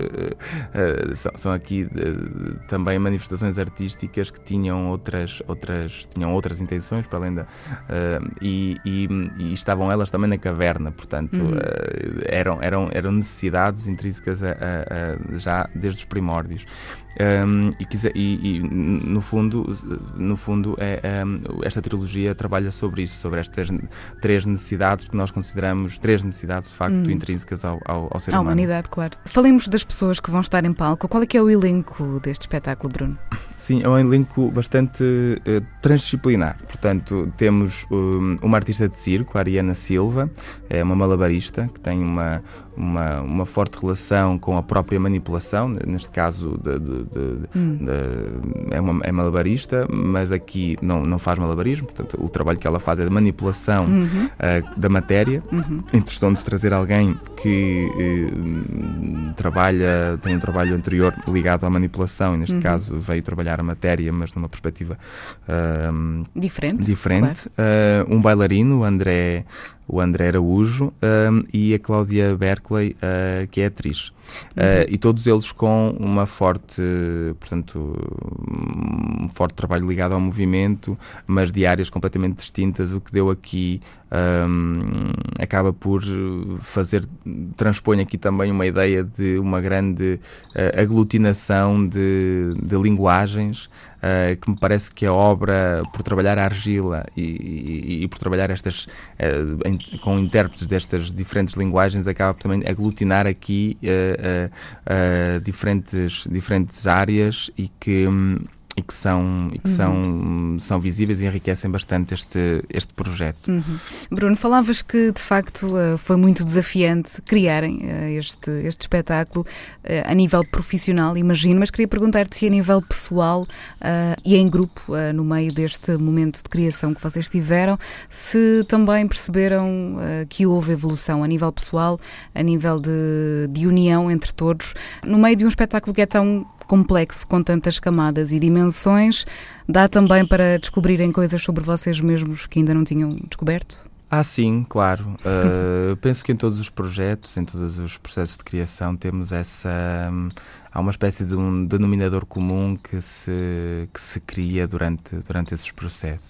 uh, uh, são, são aqui uh, também manifestações artísticas que tinham outras outras tinham outras intenções para além da uh, e, e, e estavam elas também na caverna, portanto Uhum. uh, eram eram eram necessidades intrínsecas a, a, a, já desde os primórdios. Um, e, quiser, e, e no fundo, no fundo é, um, esta trilogia trabalha sobre isso, sobre estas três necessidades que nós consideramos, três necessidades de facto Hum. intrínsecas ao, ao, ao ser À humano. humanidade, claro. Falemos das pessoas que vão estar em palco. Qual é que é o elenco deste espetáculo, Bruno? Sim, é um elenco bastante uh, transdisciplinar. Portanto, temos um, uma artista de circo, a Ariana Silva, é uma malabarista que tem uma, uma, uma forte relação com a própria manipulação, neste caso de, de, de, Hum. de, é, uma, é malabarista, mas aqui não, não faz malabarismo, portanto o trabalho que ela faz é de manipulação Uhum. uh, da matéria. Uhum. Intenção de trazer alguém que uh, trabalha, tem um trabalho anterior ligado à manipulação, e neste Uhum. caso veio trabalhar a matéria, mas numa perspectiva uh, Diferente, diferente. Uh, um bailarino, o André, o André Araújo, um, e a Cláudia Berkeley, uh, que é atriz. Uh, Uhum. E todos eles com uma forte, portanto, um forte trabalho ligado ao movimento, mas de áreas completamente distintas, o que deu aqui um, acaba por fazer, transpõe aqui também uma ideia de uma grande uh, aglutinação de, de linguagens, uh, que me parece que a obra, por trabalhar a argila e, e, e por trabalhar estas uh, em, com intérpretes destas diferentes linguagens, acaba também a aglutinar aqui uh, uh, uh, diferentes, diferentes áreas e que um, e que são, e que Uhum. são, são visíveis e enriquecem bastante este, este projeto. Uhum. Bruno, falavas que de facto uh, foi muito desafiante criarem uh, este, este espetáculo uh, a nível profissional, imagino, mas queria perguntar-te se a nível pessoal uh, e em grupo, uh, no meio deste momento de criação que vocês tiveram, se também perceberam uh, que houve evolução a nível pessoal, a nível de, de união entre todos, no meio de um espetáculo que é tão complexo, com tantas camadas e dimensões, dá também para descobrirem coisas sobre vocês mesmos que ainda não tinham descoberto? Ah, sim, claro. Uh, penso que em todos os projetos, em todos os processos de criação, temos essa... Um, há uma espécie de um denominador comum que se, que se cria durante, durante esses processos.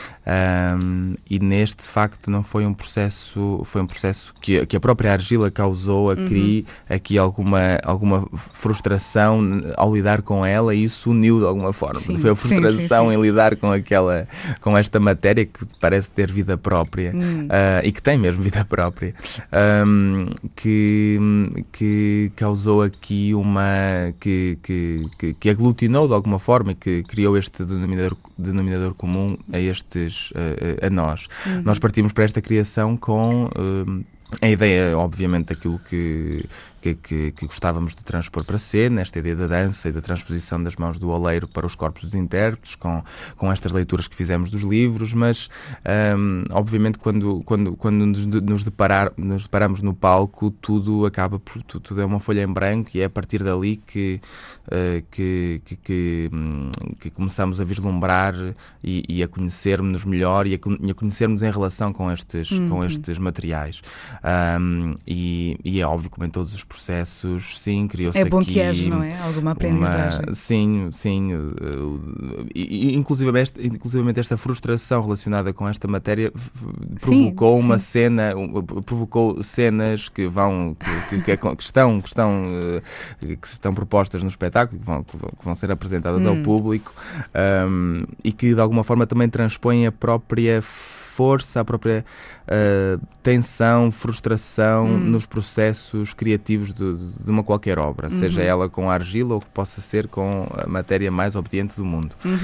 Um, e neste, de facto, não foi um processo, foi um processo que, que a própria argila causou a criar uhum. aqui alguma, alguma frustração ao lidar com ela, e isso uniu de alguma forma. Sim, foi a frustração sim, sim, sim. em lidar com aquela, com esta matéria que parece ter vida própria, hum. uh, e que tem mesmo vida própria, um, que, que causou aqui uma que, que, que, que aglutinou de alguma forma e que criou este denominador, denominador comum a estes a, a nós. Uhum. Nós partimos para esta criação com uh, a ideia, obviamente, daquilo que, que, que, que gostávamos de transpor para a cena, esta ideia da dança e da transposição das mãos do oleiro para os corpos dos intérpretes, com, com estas leituras que fizemos dos livros, mas um, obviamente quando, quando, quando nos, nos, deparar, nos deparamos no palco, tudo acaba por, tudo, tudo é uma folha em branco, e é a partir dali que, uh, que, que, que, um, que começamos a vislumbrar e, e a conhecermos-nos melhor e a, e a conhecermos em relação com estes, uhum. com estes materiais. Um, e, e é óbvio, como em todos os processos, sim, criou-se aqui... É bom aqui que haja, não é? Alguma aprendizagem. Uma, sim, sim. Uh, e, inclusive, esta, inclusivamente esta frustração relacionada com esta matéria provocou sim, uma sim. cena, um, provocou cenas que vão, que, que, que, que estão, que estão, uh, que estão propostas no espetáculo, que vão, que vão ser apresentadas hum. ao público, um, e que de alguma forma também transpõem a própria força, a própria uh, tensão, frustração hum. nos processos criativos de, de uma qualquer obra, uhum. seja ela com a argila ou que possa ser com a matéria mais obediente do mundo. Uhum.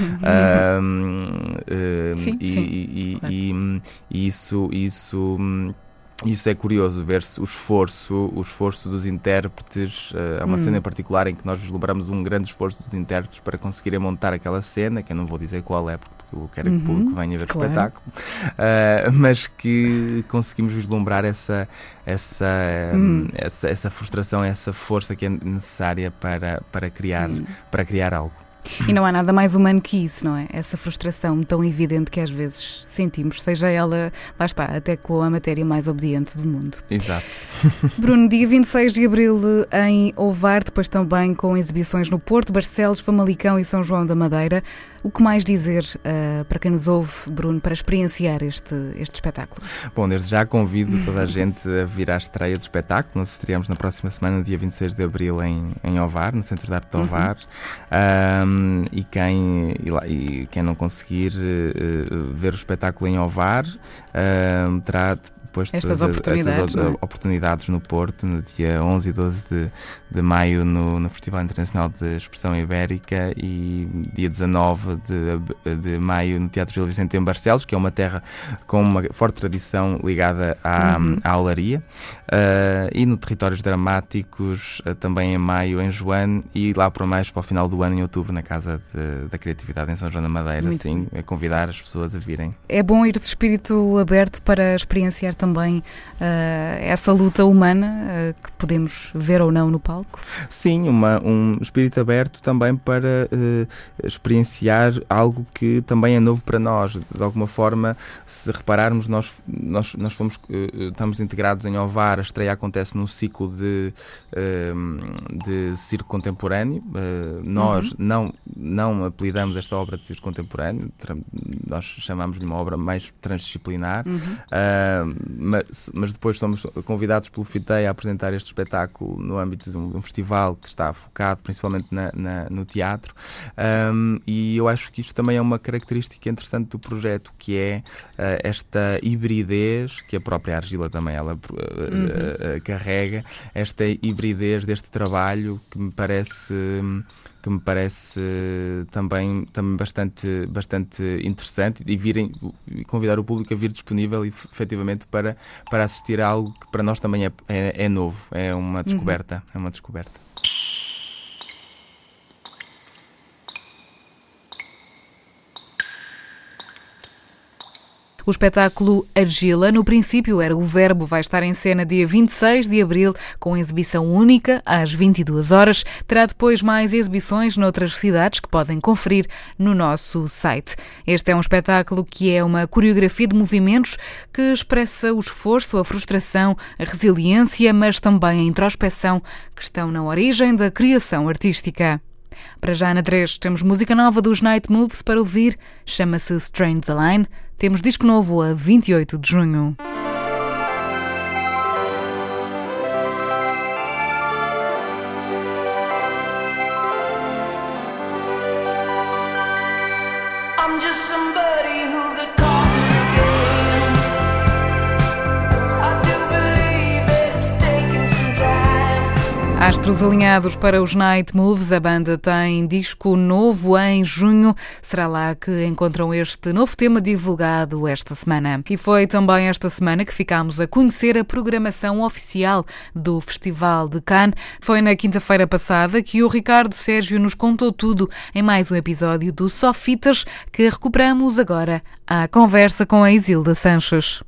Uh, uh, sim, e, sim. E, claro. e, e isso... isso Isso é curioso, ver-se o esforço, o esforço dos intérpretes. Há uma hum. cena em particular em que nós vislumbramos um grande esforço dos intérpretes para conseguirem montar aquela cena, que eu não vou dizer qual é, porque eu quero uhum. que o público venha ver claro. o espetáculo, uh, mas que conseguimos vislumbrar essa, essa, hum. essa, essa frustração, essa força que é necessária para, para, criar, hum. para criar algo. E não há nada mais humano que isso, não é? Essa frustração tão evidente que às vezes sentimos, seja ela, lá está, até com a matéria mais obediente do mundo. Exato. Bruno, dia vinte e seis de abril em Ovar, depois também com exibições no Porto, Barcelos, Famalicão e São João da Madeira. O que mais dizer uh, para quem nos ouve, Bruno, para experienciar este, este espetáculo? Bom, desde já convido toda a gente a vir à estreia do espetáculo. Nós estreamos na próxima semana, no dia vinte e seis de abril, em, em Ovar, no Centro de Arte de Ovar. Uhum. Um, e, quem, e, lá, e quem não conseguir uh, ver o espetáculo em Ovar, uh, terá depois estas todas oportunidades, estas é? oportunidades no Porto, no dia onze e doze de, de maio no, no Festival Internacional de Expressão Ibérica, e dia dezanove de, de maio no Teatro Gil Vicente em Barcelos, que é uma terra com uma forte tradição ligada à, uhum. à olaria, uh, e no Territórios Dramáticos uh, também em maio em Joane, e lá para mais para o final do ano em outubro na Casa de, da Criatividade em São João da Madeira. Muito sim, é convidar as pessoas a virem. É bom ir de espírito aberto para experienciar também uh, essa luta humana uh, que podemos ver ou não no palco? Sim, uma, um espírito aberto também para uh, experienciar algo que também é novo para nós. De alguma forma, se repararmos, nós, nós, nós fomos, uh, estamos integrados em Ovar. A estreia acontece num ciclo de, uh, de circo contemporâneo. Uh, nós uhum. não, não apelidamos esta obra de circo contemporâneo, nós chamamos-lhe uma obra mais transdisciplinar. Uhum. Uh, Mas, mas depois somos convidados pelo FITEI a apresentar este espetáculo no âmbito de um, um festival que está focado principalmente na, na, no teatro, um, e eu acho que isto também é uma característica interessante do projeto, que é uh, esta hibridez que a própria argila também ela uh, uhum. uh, carrega, esta hibridez deste trabalho que me parece... Um, que me parece também, também bastante, bastante interessante, e virem, convidar o público a vir disponível efetivamente para, para assistir a algo que para nós também é, é, é novo, é uma descoberta, uhum. é uma descoberta. O espetáculo Argila, no princípio era o Verbo, vai estar em cena dia vinte e seis de abril, com exibição única às vinte e duas horas. Terá depois mais exibições noutras cidades que podem conferir no nosso site. Este é um espetáculo que é uma coreografia de movimentos que expressa o esforço, a frustração, a resiliência, mas também a introspeção que estão na origem da criação artística. Para já, na três, temos música nova dos Night Moves para ouvir, chama-se Strange Align. Temos disco novo a vinte e oito de junho. I'm just somebody who got caught in the game. I do believe it's taking some time. Astros alinhados para os Night Moves, a banda tem disco novo em junho. Será lá que encontram este novo tema divulgado esta semana. E foi também esta semana que ficámos a conhecer a programação oficial do Festival de Cannes. Foi na quinta-feira passada que o Ricardo Sérgio nos contou tudo em mais um episódio do Sofitas, que recuperamos agora à conversa com a Isilda Sanches.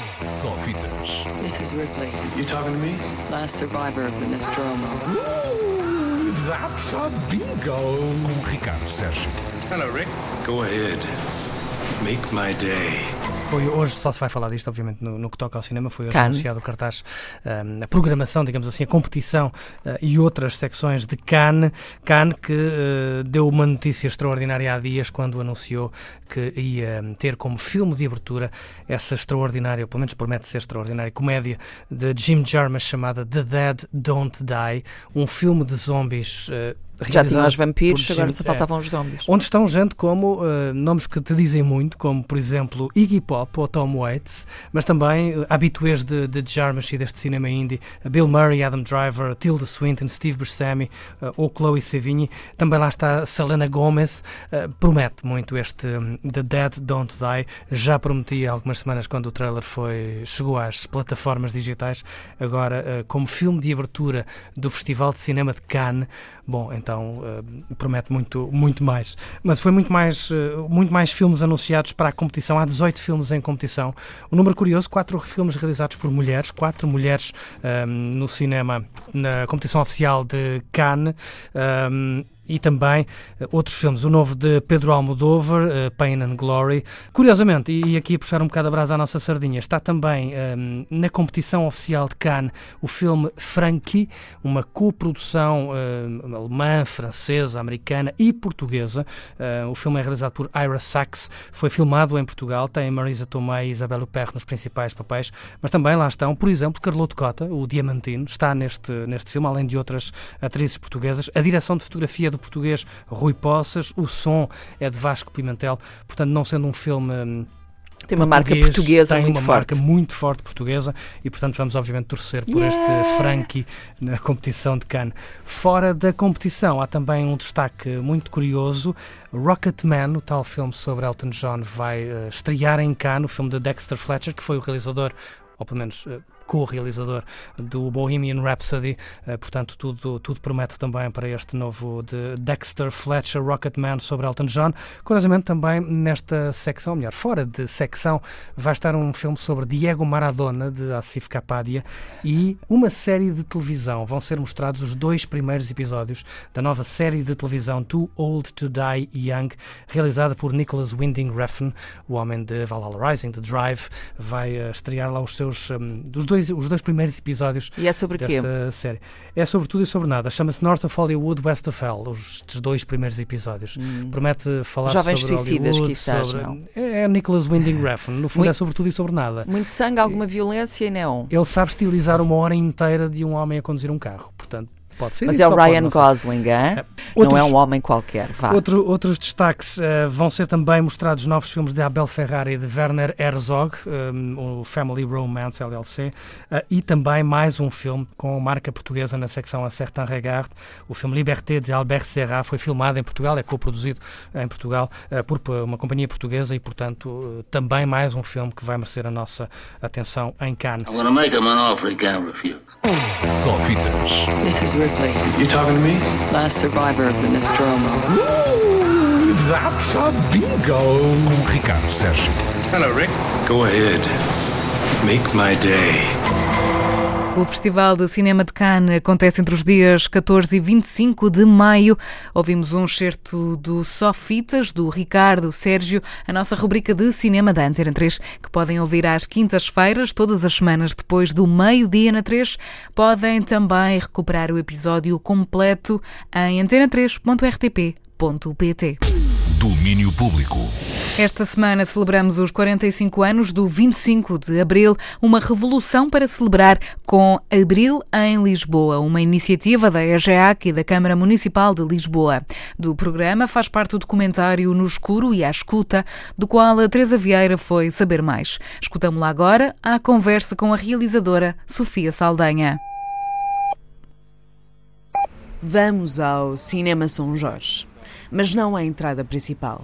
Sofitas. This is Ripley. You talking to me? Last survivor of the Nostromo. Ooh, that's a bingo. Com Ricardo Sérgio. Hello, Rick. Go ahead. Make my day. Foi hoje, só se vai falar disto, obviamente, no, no que toca ao cinema. Foi hoje Cannes. anunciado o cartaz, um, a programação, digamos assim, a competição uh, e outras secções de Cannes. Cannes que uh, deu uma notícia extraordinária há dias quando anunciou que ia ter como filme de abertura essa extraordinária, ou pelo menos promete ser extraordinária, comédia de Jim Jarmusch chamada The Dead Don't Die, um filme de zombies. Uh, Já tinham os vampiros, Jim, agora só faltavam é, os zombies. Onde estão gente como uh, nomes que te dizem muito, como por exemplo Iggy Pop ou Tom Waits, mas também uh, habituês de, de Jarmusch e deste cinema indie, uh, Bill Murray, Adam Driver, Tilda Swinton, Steve Buscemi uh, ou Chloe Sevigny. Também lá está Selena Gomez. Uh, promete muito este um, The Dead Don't Die. Já prometi há algumas semanas quando o trailer foi, chegou às plataformas digitais. Agora, uh, como filme de abertura do Festival de Cinema de Cannes, bom, então uh, promete muito, muito mais. Mas foi muito mais, uh, muito mais filmes anunciados para a competição. Há dezoito filmes em competição. Um número curioso, quatro filmes realizados por mulheres, quatro mulheres um, no cinema, na competição oficial de Cannes. Um, E também uh, outros filmes, o novo de Pedro Almodóvar, uh, Pain and Glory. Curiosamente, e, e aqui a puxar um bocado a brasa à nossa sardinha, está também um, na competição oficial de Cannes o filme Frankie, uma coprodução uh, alemã, francesa, americana e portuguesa. Uh, o filme é realizado por Ira Sachs, foi filmado em Portugal, tem Marisa Tomei e Isabelle Huppert nos principais papéis, mas também lá estão, por exemplo, Carloto Cota, o Diamantino, está neste, neste filme, além de outras atrizes portuguesas. A direção de fotografia do português Rui Poças, o som é de Vasco Pimentel, portanto não sendo um filme hum, tem uma marca portuguesa tem muito uma forte. marca muito forte portuguesa e portanto vamos obviamente torcer por Yeah! este Frankie na competição de Cannes. Fora da competição há também um destaque muito curioso. Rocketman, o tal filme sobre Elton John, vai uh, estrear em Cannes, o filme de Dexter Fletcher, que foi o realizador, ou pelo menos uh, co-realizador do Bohemian Rhapsody, uh, portanto tudo, tudo promete também para este novo de Dexter Fletcher, Rocketman, sobre Elton John. Curiosamente também nesta secção, melhor, fora de secção, vai estar um filme sobre Diego Maradona, de Asif Kapadia, e uma série de televisão. Vão ser mostrados os dois primeiros episódios da nova série de televisão Too Old to Die Young, realizada por Nicholas Winding Refn, o homem de Valhalla Rising, de Drive. Vai uh, estrear lá os seus um, dos dois os dois primeiros episódios e é sobre desta quê? série. É sobre tudo e sobre nada. Chama-se North of Hollywood, West of Hell, os dois primeiros episódios. Hum. Promete falar Jovens sobre suicidas, Hollywood, quizás, sobre... não? É Nicholas Winding Refn. No fundo muito, é sobre tudo e sobre nada. Muito sangue, alguma violência e neon. Ele sabe estilizar uma hora inteira de um homem a conduzir um carro. Portanto, pode ser. Mas isso, é o Ryan pode, Gosling, é? É. Outros, não é um homem qualquer. Vá. Outro, outros destaques uh, vão ser também mostrados novos filmes de Abel Ferrara e de Werner Herzog, um, o Family Romance L L C, uh, e também mais um filme com marca portuguesa na secção A Certain Regard. O filme Liberté de Albert Serra foi filmado em Portugal, é coproduzido em Portugal uh, por uma companhia portuguesa e, portanto, uh, também mais um filme que vai merecer a nossa atenção em Cannes. I'm gonna make him an offer he can't refuse. Sofitas. This is Ripley. You talking to me? Last survivor of the Nostromo. Ooh, that's a bingo. Com Ricardo Sérgio. Hello, Rick. Go ahead. Make my day. O Festival de Cinema de Cannes acontece entre os dias catorze e vinte e cinco de maio. Ouvimos um excerto do Sofitas, do Ricardo Sérgio, a nossa rubrica de cinema da Antena três, que podem ouvir às quintas-feiras, todas as semanas depois do meio-dia na três. Podem também recuperar o episódio completo em antena três ponto r t p ponto p t. Domínio Público. Esta semana celebramos os quarenta e cinco anos do vinte e cinco de Abril, uma revolução para celebrar com Abril em Lisboa, uma iniciativa da E G A C e da Câmara Municipal de Lisboa. Do programa faz parte o documentário No Escuro e à Escuta, do qual a Teresa Vieira foi saber mais. Escutamo-la agora à conversa com a realizadora Sofia Saldanha. Vamos ao Cinema São Jorge, mas não à entrada principal.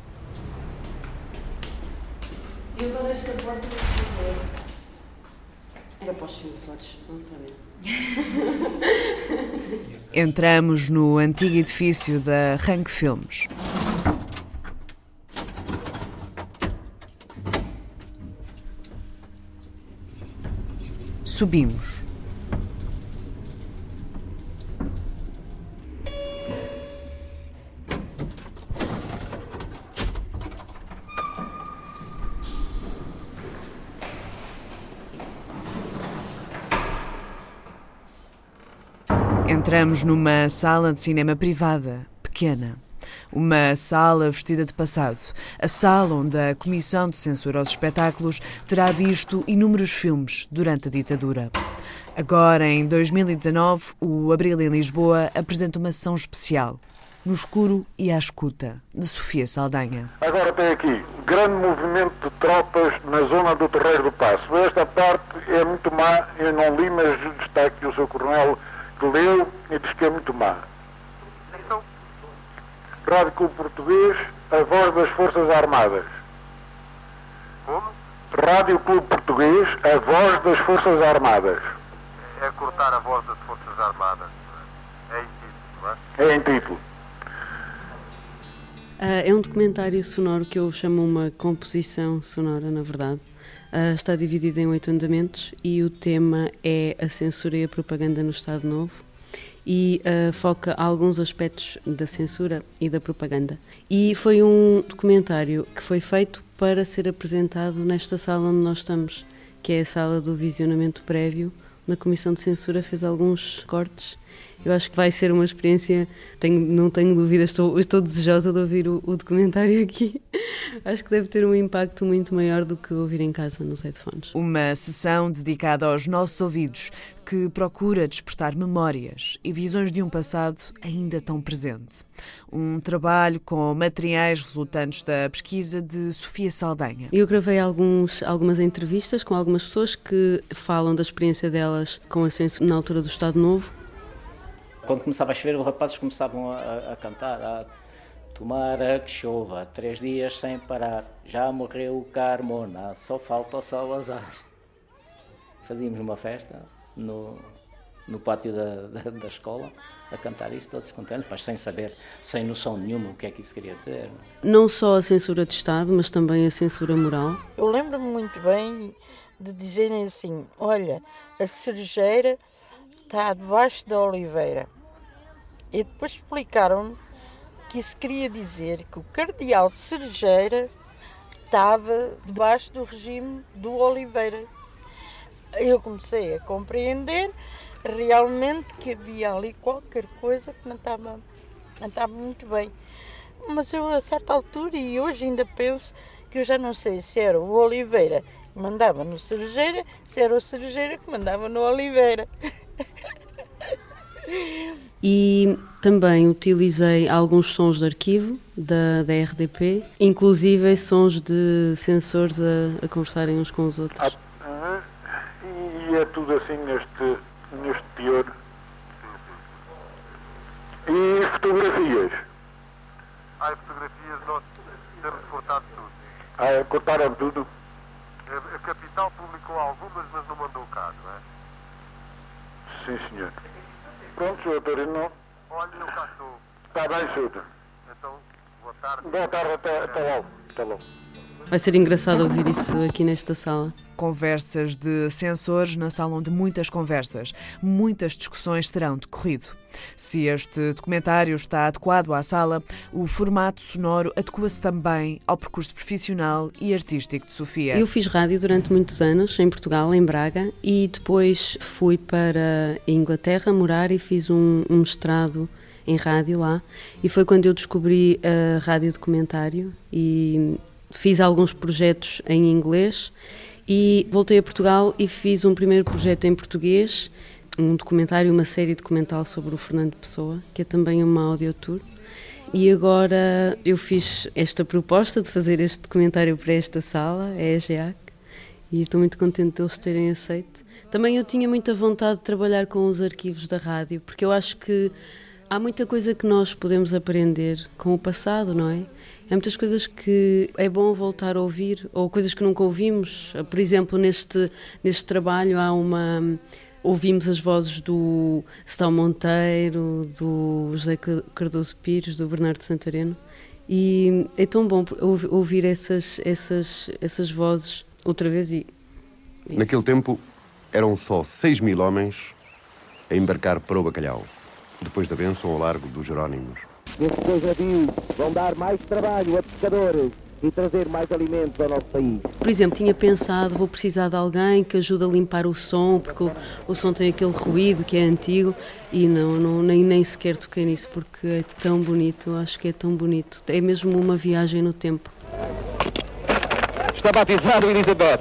E agora esta porta era para os sensores, não sabia. Entramos no antigo edifício da Rank Filmes. Subimos. Entramos numa sala de cinema privada, pequena. Uma sala vestida de passado. A sala onde a Comissão de Censura aos Espetáculos terá visto inúmeros filmes durante a ditadura. Agora, em dois mil e dezanove, o Abril em Lisboa apresenta uma sessão especial, No Escuro e à Escuta, de Sofia Saldanha. Agora tem aqui grande movimento de tropas na zona do Terreiro do Paço. Esta parte é muito má, eu não li, mas está aqui o seu coronel que leu e diz que é muito má. Rádio Clube Português, a voz das Forças Armadas. Como? Rádio Clube Português, a voz das Forças Armadas. É cortar a voz das Forças Armadas. É em título, não é? É em título. Uh, é um documentário sonoro que eu chamo uma composição sonora, na verdade. Uh, está dividido em oito andamentos e o tema é a censura e a propaganda no Estado Novo. E uh, foca alguns aspectos da censura e da propaganda. E foi um documentário que foi feito para ser apresentado nesta sala onde nós estamos, que é a sala do visionamento prévio. Na Comissão de Censura fez alguns cortes. Eu acho que vai ser uma experiência, tenho, não tenho dúvidas, estou, estou desejosa de ouvir o, o documentário aqui. Acho que deve ter um impacto muito maior do que ouvir em casa nos headphones. Uma sessão dedicada aos nossos ouvidos, que procura despertar memórias e visões de um passado ainda tão presente. Um trabalho com materiais resultantes da pesquisa de Sofia Saldanha. Eu gravei alguns, algumas entrevistas com algumas pessoas que falam da experiência delas com a censura na altura do Estado Novo. Quando começava a chover, os rapazes começavam a, a cantar a tomara que chova, três dias sem parar, já morreu o Carmona, só falta o Salazar. Fazíamos uma festa no, no pátio da, da, da escola, a cantar isto, todos contentes, mas sem saber, sem noção nenhuma o que é que isso queria dizer. Não só a censura de Estado, mas também a censura moral. Eu lembro-me muito bem de dizerem assim, olha, a cerejeira está debaixo da oliveira. E depois explicaram-me que isso queria dizer que o cardeal Cerejeira estava debaixo do regime do Oliveira. Eu comecei a compreender realmente que havia ali qualquer coisa que não estava, não estava muito bem. Mas eu, a certa altura, e hoje ainda penso que eu já não sei se era o Oliveira que mandava no Cerejeira, se era o Cerejeira que mandava no Oliveira. E também utilizei alguns sons de arquivo da, da R D P, inclusive sons de sensores a, a conversarem uns com os outros. Ah, e é tudo assim neste, neste teor. E fotografias? Há fotografias, nós temos cortado tudo. Ah, cortaram tudo? A, a Capital publicou algumas, mas não mandou cá, não é? Sim, senhor. Pronto, senhor Torino. Olha, eu cá estou. Está bem, senhor. Então, boa tarde. Boa tarde, até, até logo. Até logo. Vai ser engraçado ouvir isso aqui nesta sala. Conversas de censores na sala onde muitas conversas, muitas discussões terão decorrido. Se este documentário está adequado à sala, o formato sonoro adequa-se também ao percurso profissional e artístico de Sofia. Eu fiz rádio durante muitos anos, em Portugal, em Braga, e depois fui para a Inglaterra morar e fiz um, um mestrado em rádio lá. E foi quando eu descobri a rádio documentário e fiz alguns projetos em inglês e voltei a Portugal e fiz um primeiro projeto em português, um documentário, uma série documental sobre o Fernando Pessoa, que é também uma audiotour. E agora eu fiz esta proposta de fazer este documentário para esta sala, a E G A C, e estou muito contente deles terem aceito. Também eu tinha muita vontade de trabalhar com os arquivos da rádio, porque eu acho que Há muita coisa que nós podemos aprender com o passado, não é? Há muitas coisas que é bom voltar a ouvir, ou coisas que nunca ouvimos. Por exemplo, neste, neste trabalho há uma... Ouvimos as vozes do Stal Monteiro, do José Cardoso Pires, do Bernardo Santareno, e é tão bom ouvir essas, essas, essas vozes outra vez. E naquele tempo eram só seis mil homens a embarcar para o Bacalhau, depois da bênção ao largo dos Jerónimos. Estes dois navios vão dar mais trabalho a pescadores e trazer mais alimentos ao nosso país. Por exemplo, tinha pensado, vou precisar de alguém que ajude a limpar o som, porque o, o som tem aquele ruído que é antigo, e não, não, nem, nem sequer toquei nisso, porque é tão bonito, acho que é tão bonito. É mesmo uma viagem no tempo. Está batizado Elizabeth.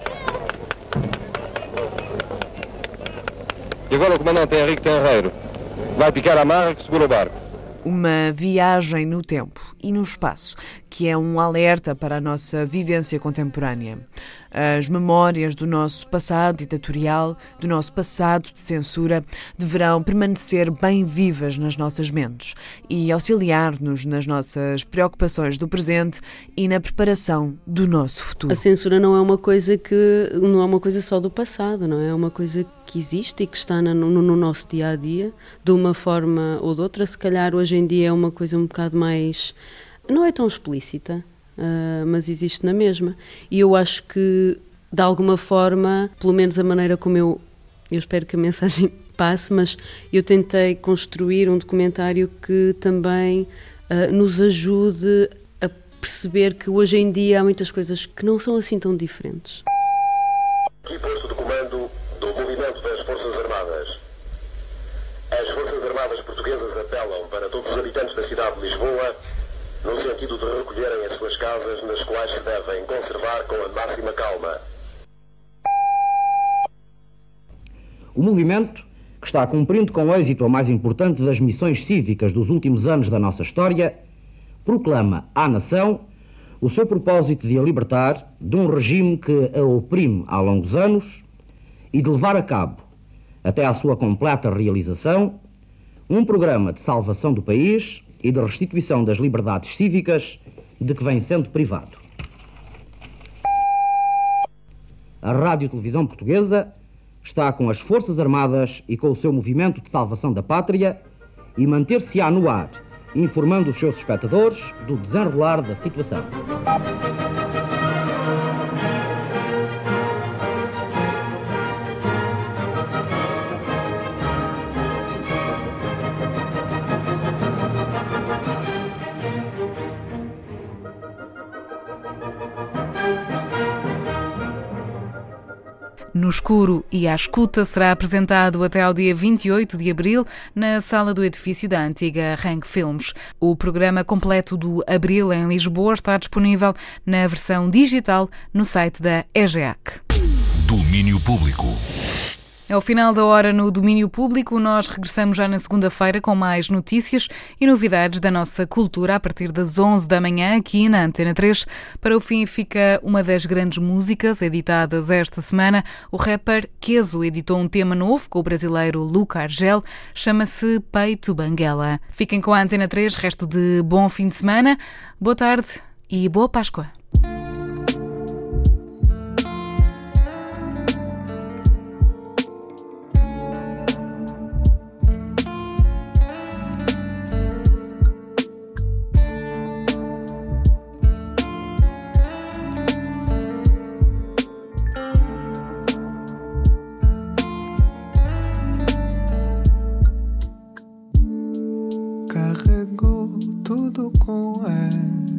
E agora o comandante Henrique Tenreiro vai picar a amarra que segura o barco. Uma viagem no tempo e no espaço, que é um alerta para a nossa vivência contemporânea. As memórias do nosso passado ditatorial, do nosso passado de censura, deverão permanecer bem vivas nas nossas mentes e auxiliar-nos nas nossas preocupações do presente e na preparação do nosso futuro. A censura não é uma coisa que não é uma coisa só do passado, não é? É uma coisa que existe e que está no, no nosso dia a dia, de uma forma ou de outra. Se calhar hoje em dia é uma coisa um bocado mais, não é tão explícita, uh, mas existe na mesma. E eu acho que, de alguma forma, pelo menos a maneira como eu, eu espero que a mensagem passe, mas eu tentei construir um documentário que também uh, nos ajude a perceber que hoje em dia há muitas coisas que não são assim tão diferentes. Aqui posto de comando do movimento das Forças Armadas. As Forças Armadas portuguesas apelam para todos os habitantes da cidade de Lisboa no sentido de recolherem as suas casas, nas quais se devem conservar com a máxima calma. O movimento, que está cumprindo com êxito a mais importante das missões cívicas dos últimos anos da nossa história, proclama à nação o seu propósito de a libertar de um regime que a oprime há longos anos e de levar a cabo, até à sua completa realização, um programa de salvação do país e de restituição das liberdades cívicas de que vem sendo privado. A Rádio Televisão Portuguesa está com as Forças Armadas e com o seu movimento de salvação da pátria e manter-se-á no ar, informando os seus espectadores do desenrolar da situação. No Escuro e à Escuta será apresentado até ao dia vinte e oito de abril na sala do edifício da antiga Rank Filmes. O programa completo do Abril em Lisboa está disponível na versão digital no site da E G A C. Domínio Público. É o final da hora no Domínio Público. Nós regressamos já na segunda-feira com mais notícias e novidades da nossa cultura a partir das onze da manhã aqui na Antena três. Para o fim fica uma das grandes músicas editadas esta semana. O rapper Keso editou um tema novo com o brasileiro Luca Argel. Chama-se Peito Banguela. Fiquem com a Antena três. Resto de bom fim de semana. Boa tarde e boa Páscoa. Carregou tudo com ela.